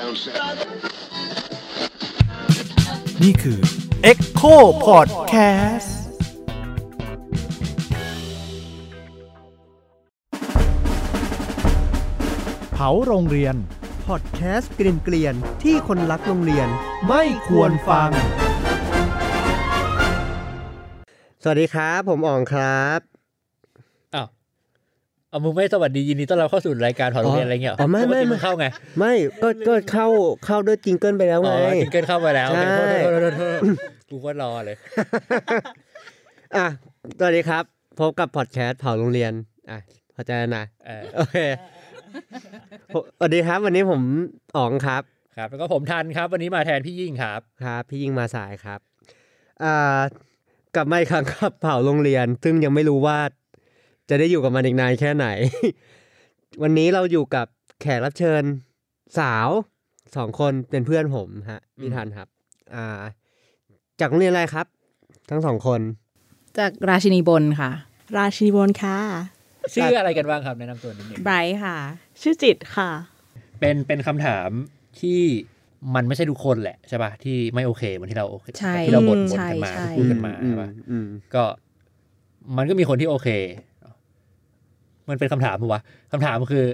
นี่คือ Echo Podcastเผาโรงเรียนพอดแคสต์เกรียนๆที่คนรักโรงเรียนไม่ควรฟังสวัสดีครับผมอ๋องครับมึงไม่สวัสดียินดีต้อนรับเข้าสู่รายการเผาโรงเรียนอะไรเงี้ยไม่เข้าไงไม่ก็เข้าด้วยจิงเกิลไปแล้วไงจิงเกิลเข้าไปแล้วกูก็รอเลยสวัสดีครับพบกับพอดแคสต์เผาโรงเรียนพอใจนะโอเคสวัสดีครับวันนี้ผมอ๋องครับแล้วก็ผมทันครับวันนี้มาแทนพี่ยิ่งครับพี่ยิ่งมาสายครับกลับมาอีกครั้งครับเผาโรงเรียนซึ่งยังไม่รู้ว่าจะได้อยู่กับมันอีกนานแค่ไหน วันนี้เราอยู่กับแขกรับเชิญสาว2คนเป็นเพื่อนผมฮะพี่ทันครับจากโรงเรียนอะไรครับทั้ง2คนจากราชินีบนค่ะราชินีบนค่ะชื่ออะไรกันบ้างครับแนะนำตัวนิดนึงไบรท์ค่ะชื่อจิตค่ะเป็นคำถามที่มันไม่ใช่ทุกคนแหละใช่ป่ะที่ไม่โอเคเหมือนที่เราโอเคที่เราบ่นกันมาพูดกันมาใช่ป่ะก็มันก็มีคนที่โอเคมันเป็นคำถามป่ะวะคำถามคือ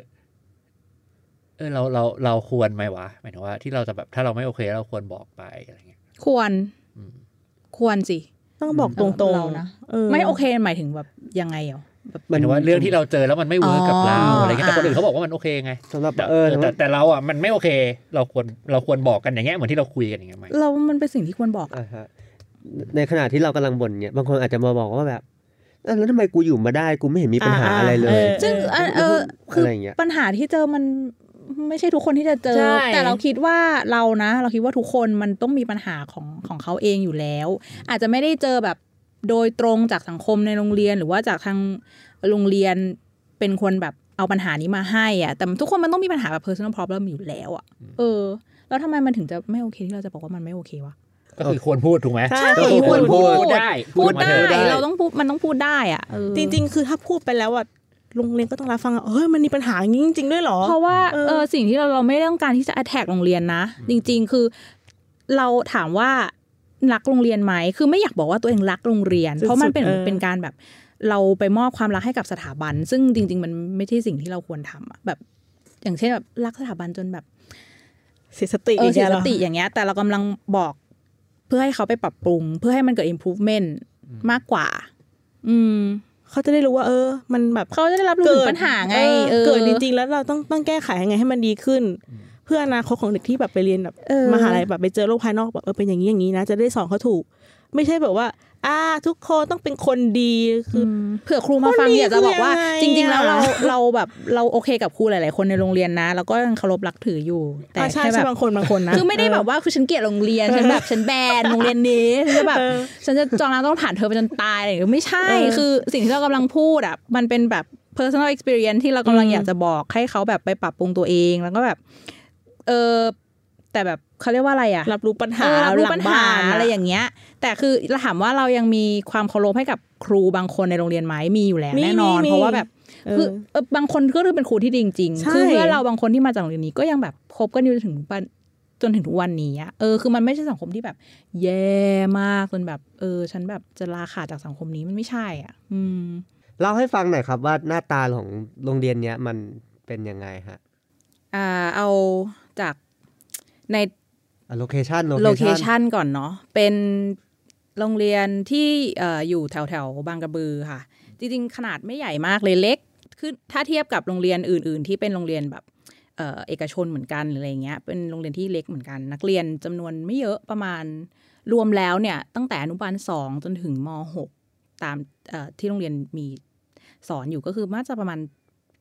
เราควรไหมวะหมายถึงว่าที่เราจะแบบถ้าเราไม่โอเคเราควรบอกไปอะไรเงี้ยควรสิต้องบอกตรงๆเรานะไม่โอเคหมายถึงแบบยังไงหมายถึงว่าเรื่องที่เราเจอแล้วมันไม่เวิร์กกับเราอะไรเงี้ยแต่คนอื่นเขาบอกว่ามันโอเคไงสำหรับแต่เราอ่ะมันไม่โอเคเราควรบอกกันอย่างเงี้ยเหมือนที่เราคุยกันอย่างเงี้ยไหมเรามันเป็นสิ่งที่ควรบอกในขณะที่เรากำลังบ่นเนี่ยบางคนอาจจะมาบอกว่าแบบแล้วทำไมกูอยู่มาได้กูไม่เห็นมีปัญหาอะไรเลยซึ่งคือปัญหาที่เจอมันไม่ใช่ทุกคนที่จะเจอแต่เราคิดว่าเราคิดว่าทุกคนมันต้องมีปัญหาของเขาเองอยู่แล้วอาจจะไม่ได้เจอแบบโดยตรงจากสังคมในโรงเรียนหรือว่าจากทางโรงเรียนเป็นคนแบบเอาปัญหานี้มาให้อ่ะแต่ทุกคนมันต้องมีปัญหาแบบ personal problem อยู่แล้วอ่ะแล้วทำไมมันถึงจะไม่โอเคที่เราจะบอกว่ามันไม่โอเควะก็คือควรพูดถูกไหมใช่ควรพูดได้เราต้องพูดมันต้องพูดได้อ่ะจริงๆคือถ้าพูดไปแล้วอ่ะโรงเรียนก็ต้องรับฟังมันมีปัญหาอย่างนี้จริงๆด้วยหรอเพราะว่าสิ่งที่เราไม่ต้องการที่จะ attack โรงเรียนนะจริงๆคือเราถามว่ารักโรงเรียนไหมคือไม่อยากบอกว่าตัวเองรักโรงเรียนเพราะมันเป็นการแบบเราไปมอบความรักให้กับสถาบันซึ่งจริงๆมันไม่ใช่สิ่งที่เราควรทำแบบอย่างเช่นแบบรักสถาบันจนแบบเสียสติอย่างเงี้ยแต่เรากำลังบอกเพื่อให้เขาไปปรับปรุงเพื่อให้มันเกิด improvement มากกว่าเขาจะได้รู้ว่ามันแบบเขาจะได้รับรู้ถึงปัญหาไงเกิดจริงๆแล้วเราต้องแก้ไขยังไงให้มันดีขึ้นเพื่ออนาคตของเด็กที่แบบไปเรียนแบบมหาลัยแบบไปเจอโลกภายนอกแบบเป็นอย่างนี้นะจะได้สอนเขาถูกไม่ใช่แบบว่าทุกคนต้องเป็นคนดีคือเผื่อครูมาฟังอยากจะบอกว่าจริงๆแล้วเราแบบเราโอเคกับครูหลายๆคนในโรงเรียนนะแล้วก็เคารพรักถืออยู่แต่ใช่แบบบางคนนะคือไม่ได้แบบว่าคือฉันเกลียดโรงเรียนฉันแบบฉันแบนโรงเรียนนี้ฉันจะแบบฉันจะจองล้างต้องผ่านเธอไปจนตายอะไรอย่างเงี้ยไม่ใช่คือสิ่งที่เรากำลังพูดมันเป็นแบบ personal experience ที่เรากำลังอยากจะบอกให้เขาแบบไปปรับปรุงตัวเองแล้วก็แบบแต่แบบเขาเรียกว่าอะไรรับรู้ปัญหาอะไรอย่างเงี้ยแต่คือเราถามว่าเรายังมีความเคารพให้กับครูบางคนในโรงเรียนไหมมีอยู่แล้วแน่นอนเพราะว่าแบบคือบางคนก็คือเป็นครูที่ดีจริงๆคือเพื่อนเราบางคนที่มาจากโรงเรียนนี้ก็ยังแบบคบกันอยู่จนถึงทุกวันนี้คือมันไม่ใช่สังคมที่แบบแย่มากจนแบบฉันแบบจะลาขาดจากสังคมนี้มันไม่ใช่เล่าให้ฟังหน่อยครับว่าหน้าตาของโรงเรียนเนี้ยมันเป็นยังไงฮะเอาจากในโลเคชั่นก่อนเนาะเป็นโรงเรียนที่อยู่แถวบางกระบือค่ะจริงๆขนาดไม่ใหญ่มากเลยเล็กคือถ้าเทียบกับโรงเรียนอื่นๆที่เป็นโรงเรียนแบบเอกชนเหมือนกันอะไรเงี้ยเป็นโรงเรียนที่เล็กเหมือนกันนักเรียนจำนวนไม่เยอะประมาณรวมแล้วเนี่ยตั้งแต่อนุบาล2จนถึงม6ตามที่โรงเรียนมีสอนอยู่ก็คือน่าจะประมาณ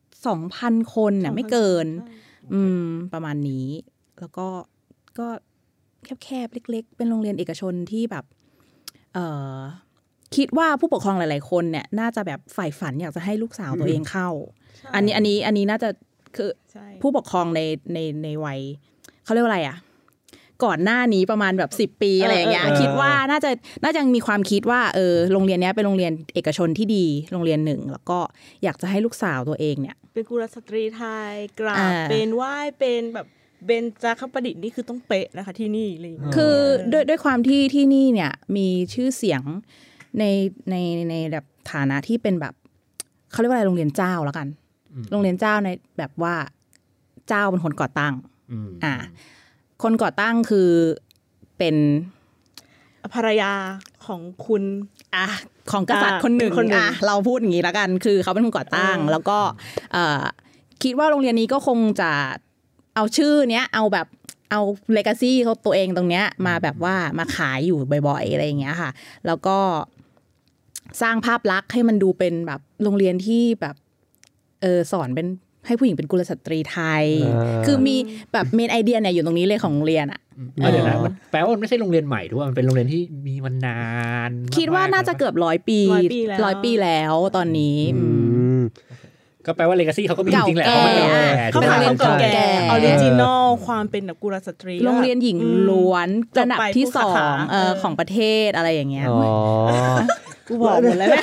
2,000 คนน่ะไม่เกินประมาณนี้แล้วก็แคบๆเล็กๆเป็นโรงเรียนเอกชนที่แบบคิดว่าผู้ปกครองหลายๆคนเนี่ยน่าจะแบบใฝ่ฝันอยากจะให้ลูกสาวตัวเองเข้าอันนี้น่าจะคือผู้ปกครองในวัยเขาเรียกว่าอะไรก่อนหน้านี้ประมาณแบบ10 ปีอะไรอย่างเงี้ยคิดว่าน่าจะมีความคิดว่าโรงเรียนนี้เป็นโรงเรียนเอกชนที่ดีโรงเรียนหนึ่งแล้วก็อยากจะให้ลูกสาวตัวเองเนี่ยเป็นกุลสตรีไทยกราบเป็นไหว้เป็นแบบเบญจคประดิษฐ์นี่คือต้องเป๊ะนะคะที่นี่อะไรอย่างเลยคือด้วยความที่นี่เนี่ยมีชื่อเสียงในแบบฐานะที่เป็นแบบเขาเรียกว่าอะไรโรงเรียนเจ้าแล้วกันโรงเรียนเจ้าในแบบว่าเจ้าเป็นคนก่อตั้งคนก่อตั้งคือเป็นภรรยาของคุณของกษัตริย์คนหนึ่งเราพูดอย่างนี้แล้วกันคือเขาเป็นคนก่อตั้งแล้วก็คิดว่าโรงเรียนนี้ก็คงจะเอาชื่อเนี้ยเอาแบบเอาเลกาซี่เขาตัวเองตรงเนี้ยมาแบบว่ามาขายอยู่บ่อยๆอะไรอย่างเงี้ยค่ะแล้วก็สร้างภาพลักษณ์ให้มันดูเป็นแบบโรงเรียนที่แบบสอนเป็นให้ผู้หญิงเป็นกุลสตรีไทยคือมีแบบเมนไอเดียเนี่ยอยู่ตรงนี้เลยของโรงเรียนอ่ะเดี๋ยวนะมันแปลว่ามันไม่ใช่โรงเรียนใหม่ด้วยมันเป็นโรงเรียนที่มีมานานคิดว่าน่าจะเกือบ100 ปีแล้วตอนนี้ก็แปลว่าเลกาซี่เขาก็มีจริงๆแหละเขาเป็นโรงเรียนเก่าแก่ออริจินอลความเป็นแบบกุลสตรีโรงเรียนหญิงล้วนระดับที่2ของประเทศอะไรอย่างเงี้ยกูบอกหมดแล้ว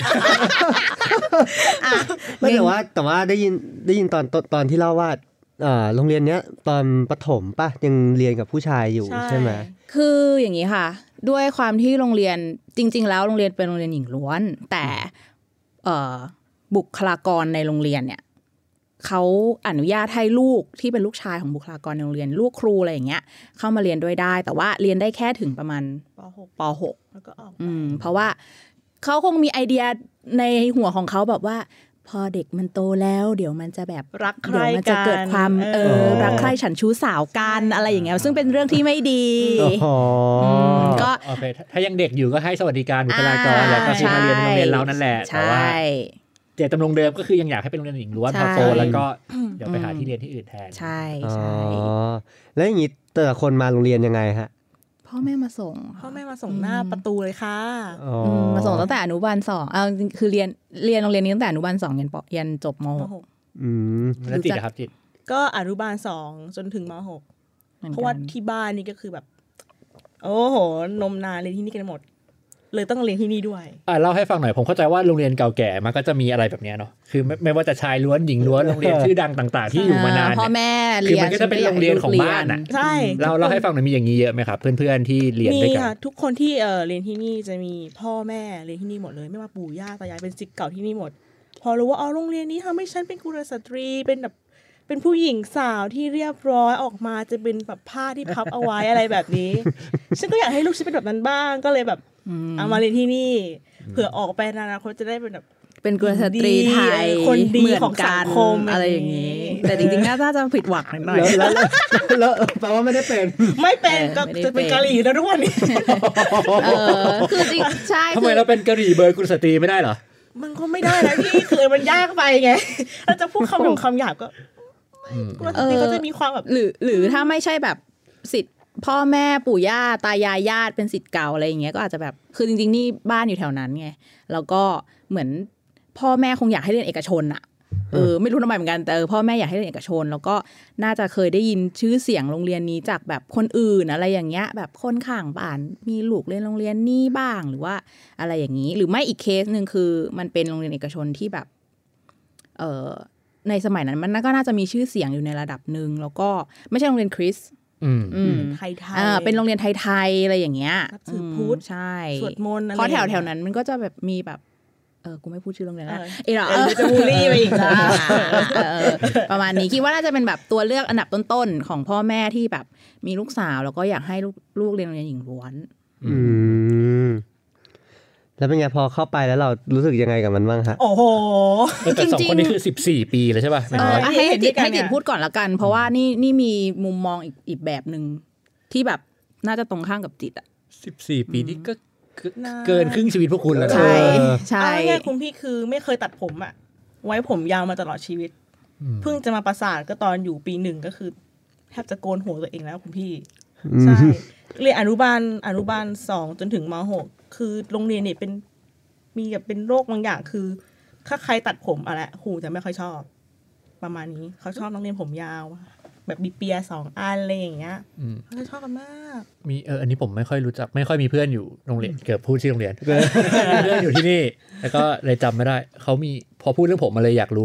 แต่ว่าได้ยินตอนที่เล่าว่าโรงเรียนเนี้ยตอนประถมป่ะยังเรียนกับผู้ชายอยู่ใช่ไหมคืออย่างนี้ค่ะด้วยความที่โรงเรียนจริงๆแล้วโรงเรียนเป็นโรงเรียนหญิงล้วนแต่บุคลากรในโรงเรียนเนี่ยเขาอนุญาตให้ลูกที่เป็นลูกชายของบุคลากรในโรงเรียนลูกครูอะไรอย่างเงี้ยเข้ามาเรียนด้วยได้แต่ว่าเรียนได้แค่ถึงประมาณป .6 แล้วก็ออกเพราะว่าเขาคงมีไอเดียในหัวของเขาแบบว่าพอเด็กมันโตแล้วเดี๋ยวมันจะแบบรักใครมันจะเกิดความรักใคร่ฉันชู้สาวกันอะไรอย่างเงี้ยซึ่งเป็นเรื่องที่ไม่ดีก็โอเคถ้ายังเด็กอยู่ก็ให้สวัสดิการบุคลากรแล้วก็ที่มาเรียนโรงเรียนเรานั่นแหละแต่ว่าเจตจำนงเดิมก็คือยังอยากให้เป็นโรงเรียนหญิงล้วนพอโตแล้วก็เดี๋ยวไปหาที่เรียนที่อื่นแทนใช่แล้วอย่างนี้แต่ละคนมาโรงเรียนยังไงฮะพ่อแม่มาส่งหน้าประตูเลยค่ะมาส่งตั้งแต่อนุบาล2คือเรียนโรงเรียนนี้ตั้งแต่อนุบาล2ยันจบม .6 แล้วจิตครับจิตก็อนุบาล2จนถึงม.6 เพราะว่าที่บ้านนี่ก็คือแบบโอ้โหนมนานเรียนที่นี่กันหมดเลยต้องเรียนที่นี่ด้วยเล่าให้ฟังหน่อยผมเข้าใจว่าโรงเรียนเก่าแก่มันก็จะมีอะไรแบบนี้เนาะคือไม่ว่าจะชายล้วนหญิงล้วนโรงเรียนชื่อดังต่างๆที่อยู่มานานพ่อแม่เรียนคือมันก็จะเป็นโรงเรียนของบ้านอ่ะใช่เราให้ฟังหน่อยมีอย่างนี้เยอะไหมครับเพื่อนๆที่เรียนด้วยกันมีค่ะทุกคนที่เรียนที่นี่จะมีพ่อแม่เรียนที่นี่หมดเลยไม่ว่าปู่ย่าตายายเป็นศิษย์เก่าที่นี่หมดพอรู้ว่าโรงเรียนนี้ทำให้ฉันเป็นกุลสตรีเป็นแบบเป็นผู้หญิงสาวที่เรียบร้อยออกมาจะเป็นแบบผ้าที่พับเอาไว้อะไรแบบนี้ฉันก็อยากให้ลูกฉันเป็นแบบนั้นบ้างก็เลยแบบเอามาเรียนที่นี่เผื่อออกไปในอนาคตจะได้เป็นแบบเป็นกุลสตรีไทยคนดีของสังคมอะไรอย่างนี้แต่จริงๆน่าจะผิดหวังหน่อยแล้วแปลว่าไม่ได้เป็นก็จะเป็นกะหรี่แล้วทุกวันนี้คือจริงใช่ทำไมเราเป็นกะหรี่เบอร์กุลสตรีไม่ได้เหรอมันก็ไม่ได้นะพี่คือมันยากไปไงเราจะพูดคำหยาบก็กุลสตรีเขาจะมีความแบบหรือถ้าไม่ใช่แบบสิทธิ์พ่อแม่ปู่ย่าตายายญาติเป็นศิษย์เก่าอะไรอย่างเงี้ยก็อาจจะแบบคือจริงๆนี่บ้านอยู่แถวนั้นไงแล้วก็เหมือนพ่อแม่คงอยากให้เรียนเอกชนอ่ะไม่รู้ทำไมเหมือนกันแต่พ่อแม่อยากให้เรียนเอกชนแล้วก็น่าจะเคยได้ยินชื่อเสียงโรงเรียนนี้จากแบบคนอื่นอะไรอย่างเงี้ยแบบคนข้างบ้านมีลูกเรียนโรงเรียนนี่บ้างหรือว่าอะไรอย่างนี้หรือไม่อีกเคสนึงคือมันเป็นโรงเรียนเอกชนที่แบบในสมัยนั้นมันก็น่าจะมีชื่อเสียงอยู่ในระดับนึงแล้วก็ไม่ใช่โรงเรียนคริสต์ไทยเป็นโรงเรียนไทยๆอะไรอย่างเงี้ยสืบพุทธใช่สวดมนต์เพราะแถวๆนั้นมันก็จะแบบมีแบบกูไม่พูดชื่อโรงเรียนแล้วจะบูลลี่ไปอีกประมาณนี้คิดว่าน่าจะเป็นแบบตัวเลือกอันดับต้นๆของพ่อแม่ที่แบบมีลูกสาวแล้วก็อยากให้ลูกเรียนโรงเรียนหญิงล้วนแล้วเป็นไงพอเข้าไปแล้วเรารู้สึกยังไงกับมันบ้างฮะโอ้โหจริงๆ2คนนี้คือ14 ปีเลยใช่ป่ะให้จิตพูดก่อนละกันเพราะว่านี่มีมุมมองอีกแบบนึงที่แบบน่าจะตรงข้ามกับจิตอ่ะ 14 ปีนี่ก็เกินครึ่งชีวิตพวกคุณแล้วนะใช่แค่คุณพี่คือไม่เคยตัดผมอ่ะไว้ผมยาวมาตลอดชีวิตเพิ่งจะมาประสาทก็ตอนอยู่ปี 1ก็คือแทบจะโกนหัวตัวเองแล้วคุณพี่ใช่เรียนอนุบาล2จนถึงม.6คือโรงเรียนเนี่ยเป็นมีแบบเป็นโรคบางอย่างคือถ้าใครตัดผมอะไรครูจะไม่ค่อยชอบประมาณนี้เขาชอบนักเรียนผมยาวแบบบิเปีย2อันอะไรอย่างเงี้ยเขาจะชอบกันมากมีอันนี้ผมไม่ค่อยรู้จักไม่ค่อยมีเพื่อนอยู่โรงเรียนเกือบพูดชื่อโรงเรียนเพื่อนอยู่ที่นี่แล้วก็เลยจำไม่ได้เขามีพอพูดเรื่องผมมาเลยอยากรู้ว่า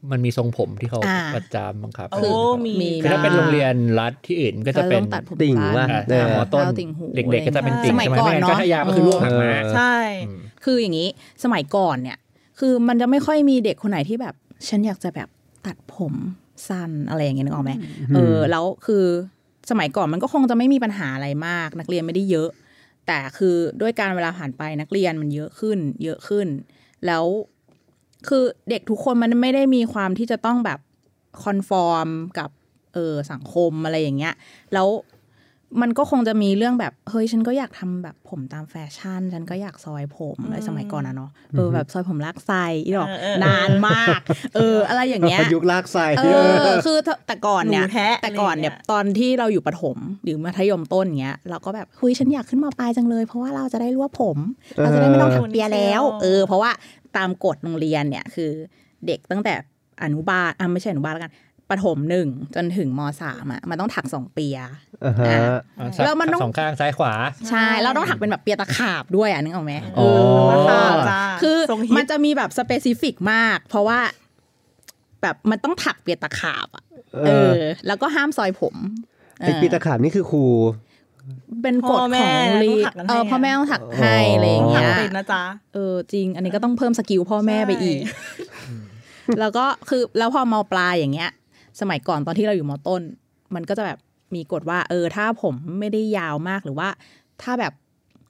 มันมีทรงผมที่เขาประจำบังคับโอ้มีคือถ้าเป็นโรงเรียนรัฐที่อื่นก็จะเป็นตัดผมติ่งว่ามอต้นเด็กๆก็จะเป็นติ่งสมัยก่อนเนาะก็ทยาก็คือร่วงออกมาใช่คืออย่างนี้สมัยก่อนเนี่ยคือมันจะไม่ค่อยมีเด็กคนไหนที่แบบฉันอยากจะแบบตัดผมสั้นอะไรอย่างเงี้ยนึกออกไหมแล้วคือสมัยก่อนมันก็คงจะไม่มีปัญหาอะไรมากนักเรียนไม่ได้เยอะแต่คือด้วยการเวลาผ่านไปนักเรียนมันเยอะขึ้นแล้วคือเด็กทุกคนมันไม่ได้มีความที่จะต้องแบบคอนฟอร์มกับสังคมอะไรอย่างเงี้ยแล้วมันก็คงจะมีเรื่องแบบเฮ้ยฉันก็อยากทำแบบผมตามแฟชั่นฉันก็อยากซอยผมอะไรสมัยก่อนนะเนาะแบบซอยผมลากไซอีดอกนานมากอะไรอย่างเงี้ยยุคลากไซคือแต่ก่อนเนี่ยตอนที่เราอยู่ประถมหรือมัธยมต้นเงี้ยเราก็แบบเฮ้ยฉันอยากขึ้นม.ปลายจังเลยเพราะว่าเราจะได้รวบผมเราจะได้ไม่ต้องถักเปียแล้วเพราะว่าตามกฎโรงเรียนเนี่ยคือเด็กตั้งแต่อนุบาลไม่ใช่อนุบาลแล้วกันประถม1จนถึงม.3มันต้องถัก2เปียแล้วมันต้อง2ข้างซ้ายขวาใช่เราต้องถักเป็นแบบเปียตะขาบด้วยนึกออกไหมคือมันจะมีแบบสเปซิฟิกมากเพราะว่าแบบมันต้องถักเปียตะขาบแล้วก็ห้ามซอยผมเปียตะขาบนี่คือครูเป็นกฎของโรงเรียนพ่อแม่ต้องถักให้อะไรอย่างเงี้ยนะจ๊ะจริงอันนี้ก็ต้องเพิ่มสกิลพ่อแม่ไปอีกแล้วก็คือแล้วพอม.ปลายอย่างเงี้ยสมัยก่อนตอนที่เราอยู่ม.ต้นมันก็จะแบบมีกฎว่าถ้าผมไม่ได้ยาวมากหรือว่าถ้าแบบ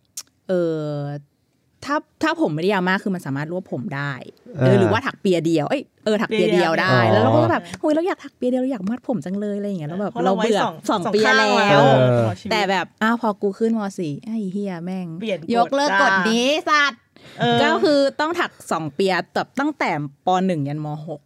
ถ้าผมไม่ได้ยาวมากคือมันสามารถรวบผมได้หรือว่าถักเปียเดียวถักเปียเดียวได้แล้วเราก็แบบโอ้ยเราอยากถักเปียเดียวเราอยากมัดผมจังเลยอะไรอย่างเงี้ยแล้วแบบเราเบื่อ2เปียแล้วแต่แบบพอกูขึ้นม.4ไอ้เหี้ยแม่งยกเลิกกฎนี้สัตว์ก็คือต้องถัก2เปียแบบตั้งแต่ป.1 ยันม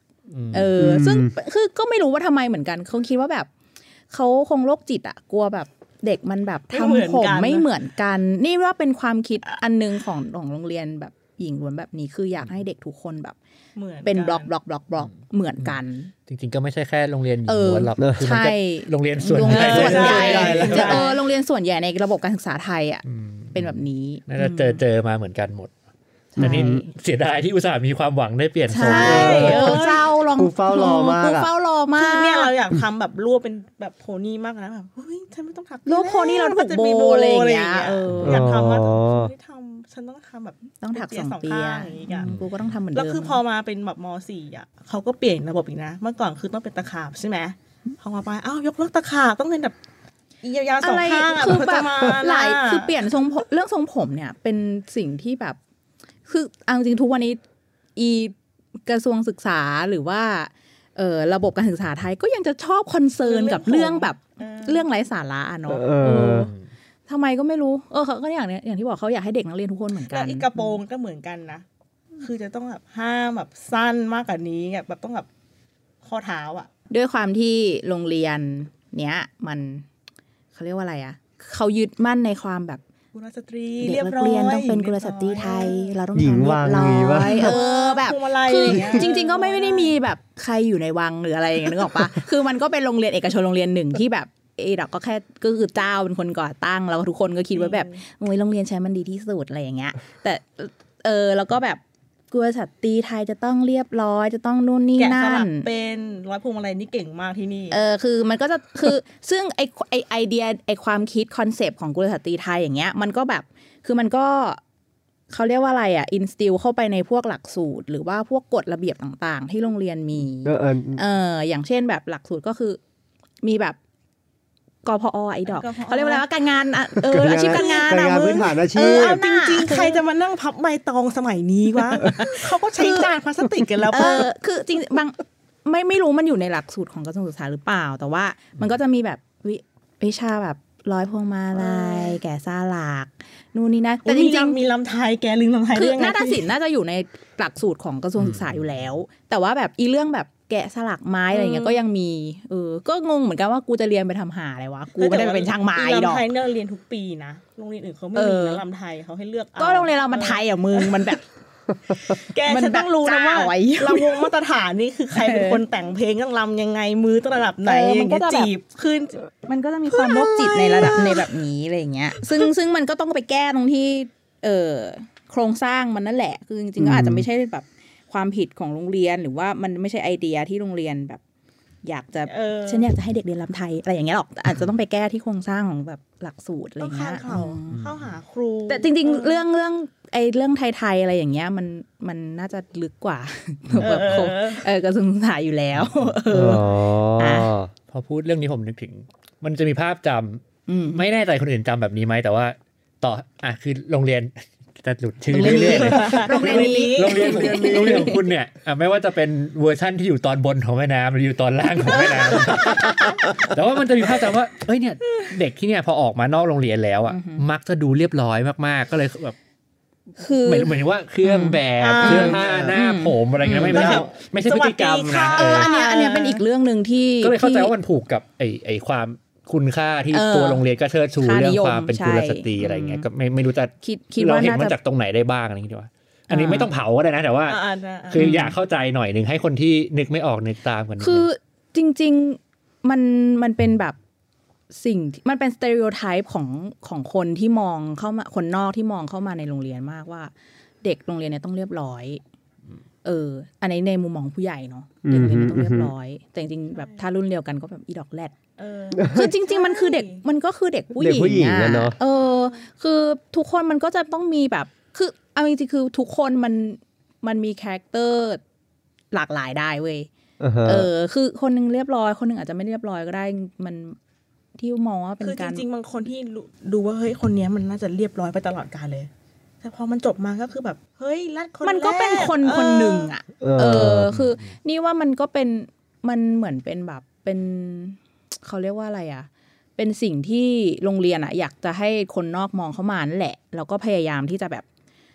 .6ซึ่งคือก็ไม่รู้ว่าทำไมเหมือนกันเขาคิดว่าแบบเขาคงโรคจิตกลัวแบบเด็กมันแบบทำผมไม่เหมือนกันนี่ว่าเป็นความคิดอันนึงของโรงเรียนแบบหญิงล้วนแบบนี้คืออยากให้เด็กทุกคนแบบเป็นบล็อกเหมือนกันจริงๆก็ไม่ใช่แค่โรงเรียนหญิงล้วนหรอกใช่โรงเรียนส่วนใหญ่โรงเรียนส่วนใหญ่ในระบบการศึกษาไทยเป็นแบบนี้น่าจะเจอมาเหมือนกันหมดแต่นี่เสียดายที่อุตส่าห์มีความหวังได้เปลี่ยนทรงเจ้าลองกูเฝ้ารอมากคือเนี่ยเราอยากทำแบบรวบเป็นแบบโพนี่มากนะแบบเฮ้ยฉันไม่ต้องถักรวบโพนี่เราถูกโบอะไรอย่างเงี้ยอยากทำว่าไม่ทำฉันต้องทำแบบต้องถัก2เปียอย่างงี้กูก็ต้องทำเหมือนเดิมแล้วคือพอมาเป็นแบบม.4เขาก็เปลี่ยนระบบอีกนะเมื่อก่อนคือต้องเป็นตะขาบใช่ไหมพอมาไปยกเลิกตะขาบต้องเป็นแบบยาวๆ2ข้างคือแบบหลายคือเปลี่ยนทรงเรื่องทรงผมเนี่ยเป็นสิ่งที่แบบคือเอาจริงทุกวันนี้กระทรวงศึกษาหรือว่าระบบการศึกษาไทยก็ยังจะชอบคอนเซิร์นกับเรื่องแบบเรื่องไร้สาระเนาะทำไมก็ไม่รู้เขาก็อย่างที่บอกเขาอยากให้เด็กนักเรียนทุกคนเหมือนกันแล้วกระโปรงก็เหมือนกันนะคือจะต้องแบบห้ามแบบสั้นมากกว่านี้แบบต้องแบบข้อเท้าด้วยความที่โรงเรียนเนี้ยมันเขาเรียกว่าอะไรเขายึดมั่นในความแบบกุลสตรีเรียบร้อยต้องเป็นกุลสตรีไทยเราต้องทำเรียบร้อยแบบคือจริงๆก็ไม่ได้มีแบบใครอยู่ในวังหรืออะไรอย่างเงี้ยนึกออกปะคือมันก็เป็นโรงเรียนเอกชนโรงเรียนหนึ่งที่แบบเราก็แค่ก็คือเจ้าเป็นคนก่อตั้งแล้วทุกคนก็คิดว่าแบบโอ้ยโรงเรียนฉันมันดีที่สุดอะไรอย่างเงี้ยแต่แล้วก็แบบกุลสตรีไทยจะต้องเรียบร้อยจะต้องนู่นนี่นั่นแกะสลักเป็นร้อยพวงมาลัยนี่เก่งมากที่นี่คือมันก็จะคือซึ่งไอเดียความคิดคอนเซปต์ของกุลสตรีไทยอย่างเงี้ยมันก็แบบคือมันก็เขาเรียกว่าอะไรอินสติลเข้าไปในพวกหลักสูตรหรือว่าพวกกฎระเบียบต่างๆที่โรงเรียนมีอย่างเช่นแบบหลักสูตรก็คือมีแบบกพอไอ้ดอกเขาเรียกว่าการงานอาชีพการงานพื้นฐานอาชีพจริงๆใครจะมานั่งพับใบตองสมัยนี้วะเขาก็ใช้จานพลาสติกกันแล้วคือจริงบางไม่รู้มันอยู่ในหลักสูตรของกระทรวงศึกษาหรือเปล่าแต่ว่ามันก็จะมีแบบวิชาแบบร้อยพวงมาลัยแกะสลักนู่นนี่นะแต่จริงๆมีลำไทยแกลืมลำไทยคือนาฏศิลป์น่าจะอยู่ในหลักสูตรของกระทรวงศึกษาอยู่แล้วแต่ว่าแบบเรื่องแบบแกะสลักไม้อะไรเงี้ยก็ยังมีก็งงเหมือนกันว่ากูจะเรียนไปทำหาอะไรวะกูไม่ได้เป็นช่างไม้ดอกลำไทยเนี่ยเรียนทุกปีนะโรงเรียนอื่นเขาไม่มีนะลำไทยเขาให้เลือกก็โรงเรียนเรามันไทยมึงมันแบบแกฉันต้องรู้นะว่าลำวงมาตรฐานนี่คือใครเป็นคนแต่งเพลงต้องลำยังไงมือต้องระดับไหนมันก็จีบขึ้นมันก็จะมีความโรคจิตในระดับในแบบนี้อะไรอย่างเงี้ยซึ่งมันก็ต้องไปแก้ตรงที่โครงสร้างมันนั่นแหละคือจริงๆก็อาจจะไม่ใช่แบบความผิดของโรงเรียนหรือว่ามันไม่ใช่ไอเดียที่โรงเรียนแบบอยากจะฉันอยากจะให้เด็กเรียนรำไทยอะไรอย่างเงี้ยหรอกอาจจะต้องไปแก้ที่โครงสร้างของแบบหลักสูตรอะไรเงี้ยเข้าหาครูแต่จริงๆเรื่องไทยๆอะไรอย่างเงี้ยมันน่าจะลึกกว่ากระทรวงศึกษาอยู่แล้วพอพูดเรื่องนี้ผมนึกถึงมันจะมีภาพจำไม่แน่ใจคนอื่นจำแบบนี้ไหมแต่ว่าต่อคือโรงเรียนจะหลุดชื่อเรื่อยๆเลยโรงเรียนของคุณเนี่ยไม่ว่าจะเป็นเวอร์ชั่นที่อยู่ตอนบนของแม่น้ำหรืออยู่ตอนล่างของแม่น้ำแต่ว่ามันจะมีภาพจำว่าเอ้ยเนี่ยเด็กที่เนี่ยพอออกมานอกโรงเรียนแล้วอ่ะมักจะดูเรียบร้อยมากๆก็เลยแบบคือเหมือนว่าเครื่องแบบเครื่องหน้าผมอะไรเงี้ยไม่ใช่พฤติกรรมนะอันเนี้ยเป็นอีกเรื่องนึงที่ก็เลยเข้าใจว่ามันผูกกับไอความคุณค่าที่ตัวโรงเรียนก็เชิดชูเรื่องความเป็นกุลสตรีอะไรเงี้ยก็ไม่รู้จะเราเห็นมันจากตรงไหนได้บ้างอะไรอย่างเงี้ยว่าอันนี้ไม่ต้องเผาก็ได้นะแต่ว่าคืออยากเข้าใจหน่อยนึงให้คนที่นึกไม่ออกนึกตามกันคือจริงๆมันเป็นแบบสิ่งมันเป็นสเตอริโอไทป์ของคนที่มองเข้ามาคนนอกที่มองเข้ามาในโรงเรียนมากว่าเด็กโรงเรียนเนี่ยต้องเรียบร้อยอันนี้ในมุมมองผู้ใหญ่เนาะเด็กโรงเรียนต้องเรียบร้อยแต่จริงๆแบบถ้ารุ่นเดียวกันก็แบบอีดอกแรดคือจริงๆมันคือเด็กมันก็คือเด็กผู้หญิงอ่ะคือทุกคนมันก็จะต้องมีแบบคือเอาจริงๆคือทุกคนมันมีคาแรคเตอร์หลากหลายได้เว้ยคือคนนึงเรียบร้อยคนนึงอาจจะไม่เรียบร้อยก็ได้มันที่มองว่าเป็นการจริงๆบางคนที่ดูว่าเฮ้ยคนนี้มันน่าจะเรียบร้อยไปตลอดกาลเลยแต่พอมันจบมาก็คือแบบเฮ้ยรัดคนมันก็เป็นคนหนึ่งอ่ะคือนี่ว่ามันก็เป็นมันเหมือนเป็นแบบเป็นเขาเรียกว่าอะไรอ่ะเป็นสิ่งที่โรงเรียนอ่ะอยากจะให้คนนอกมองเข้ามานั่นแหละแล้วก็พยายามที่จะแบบ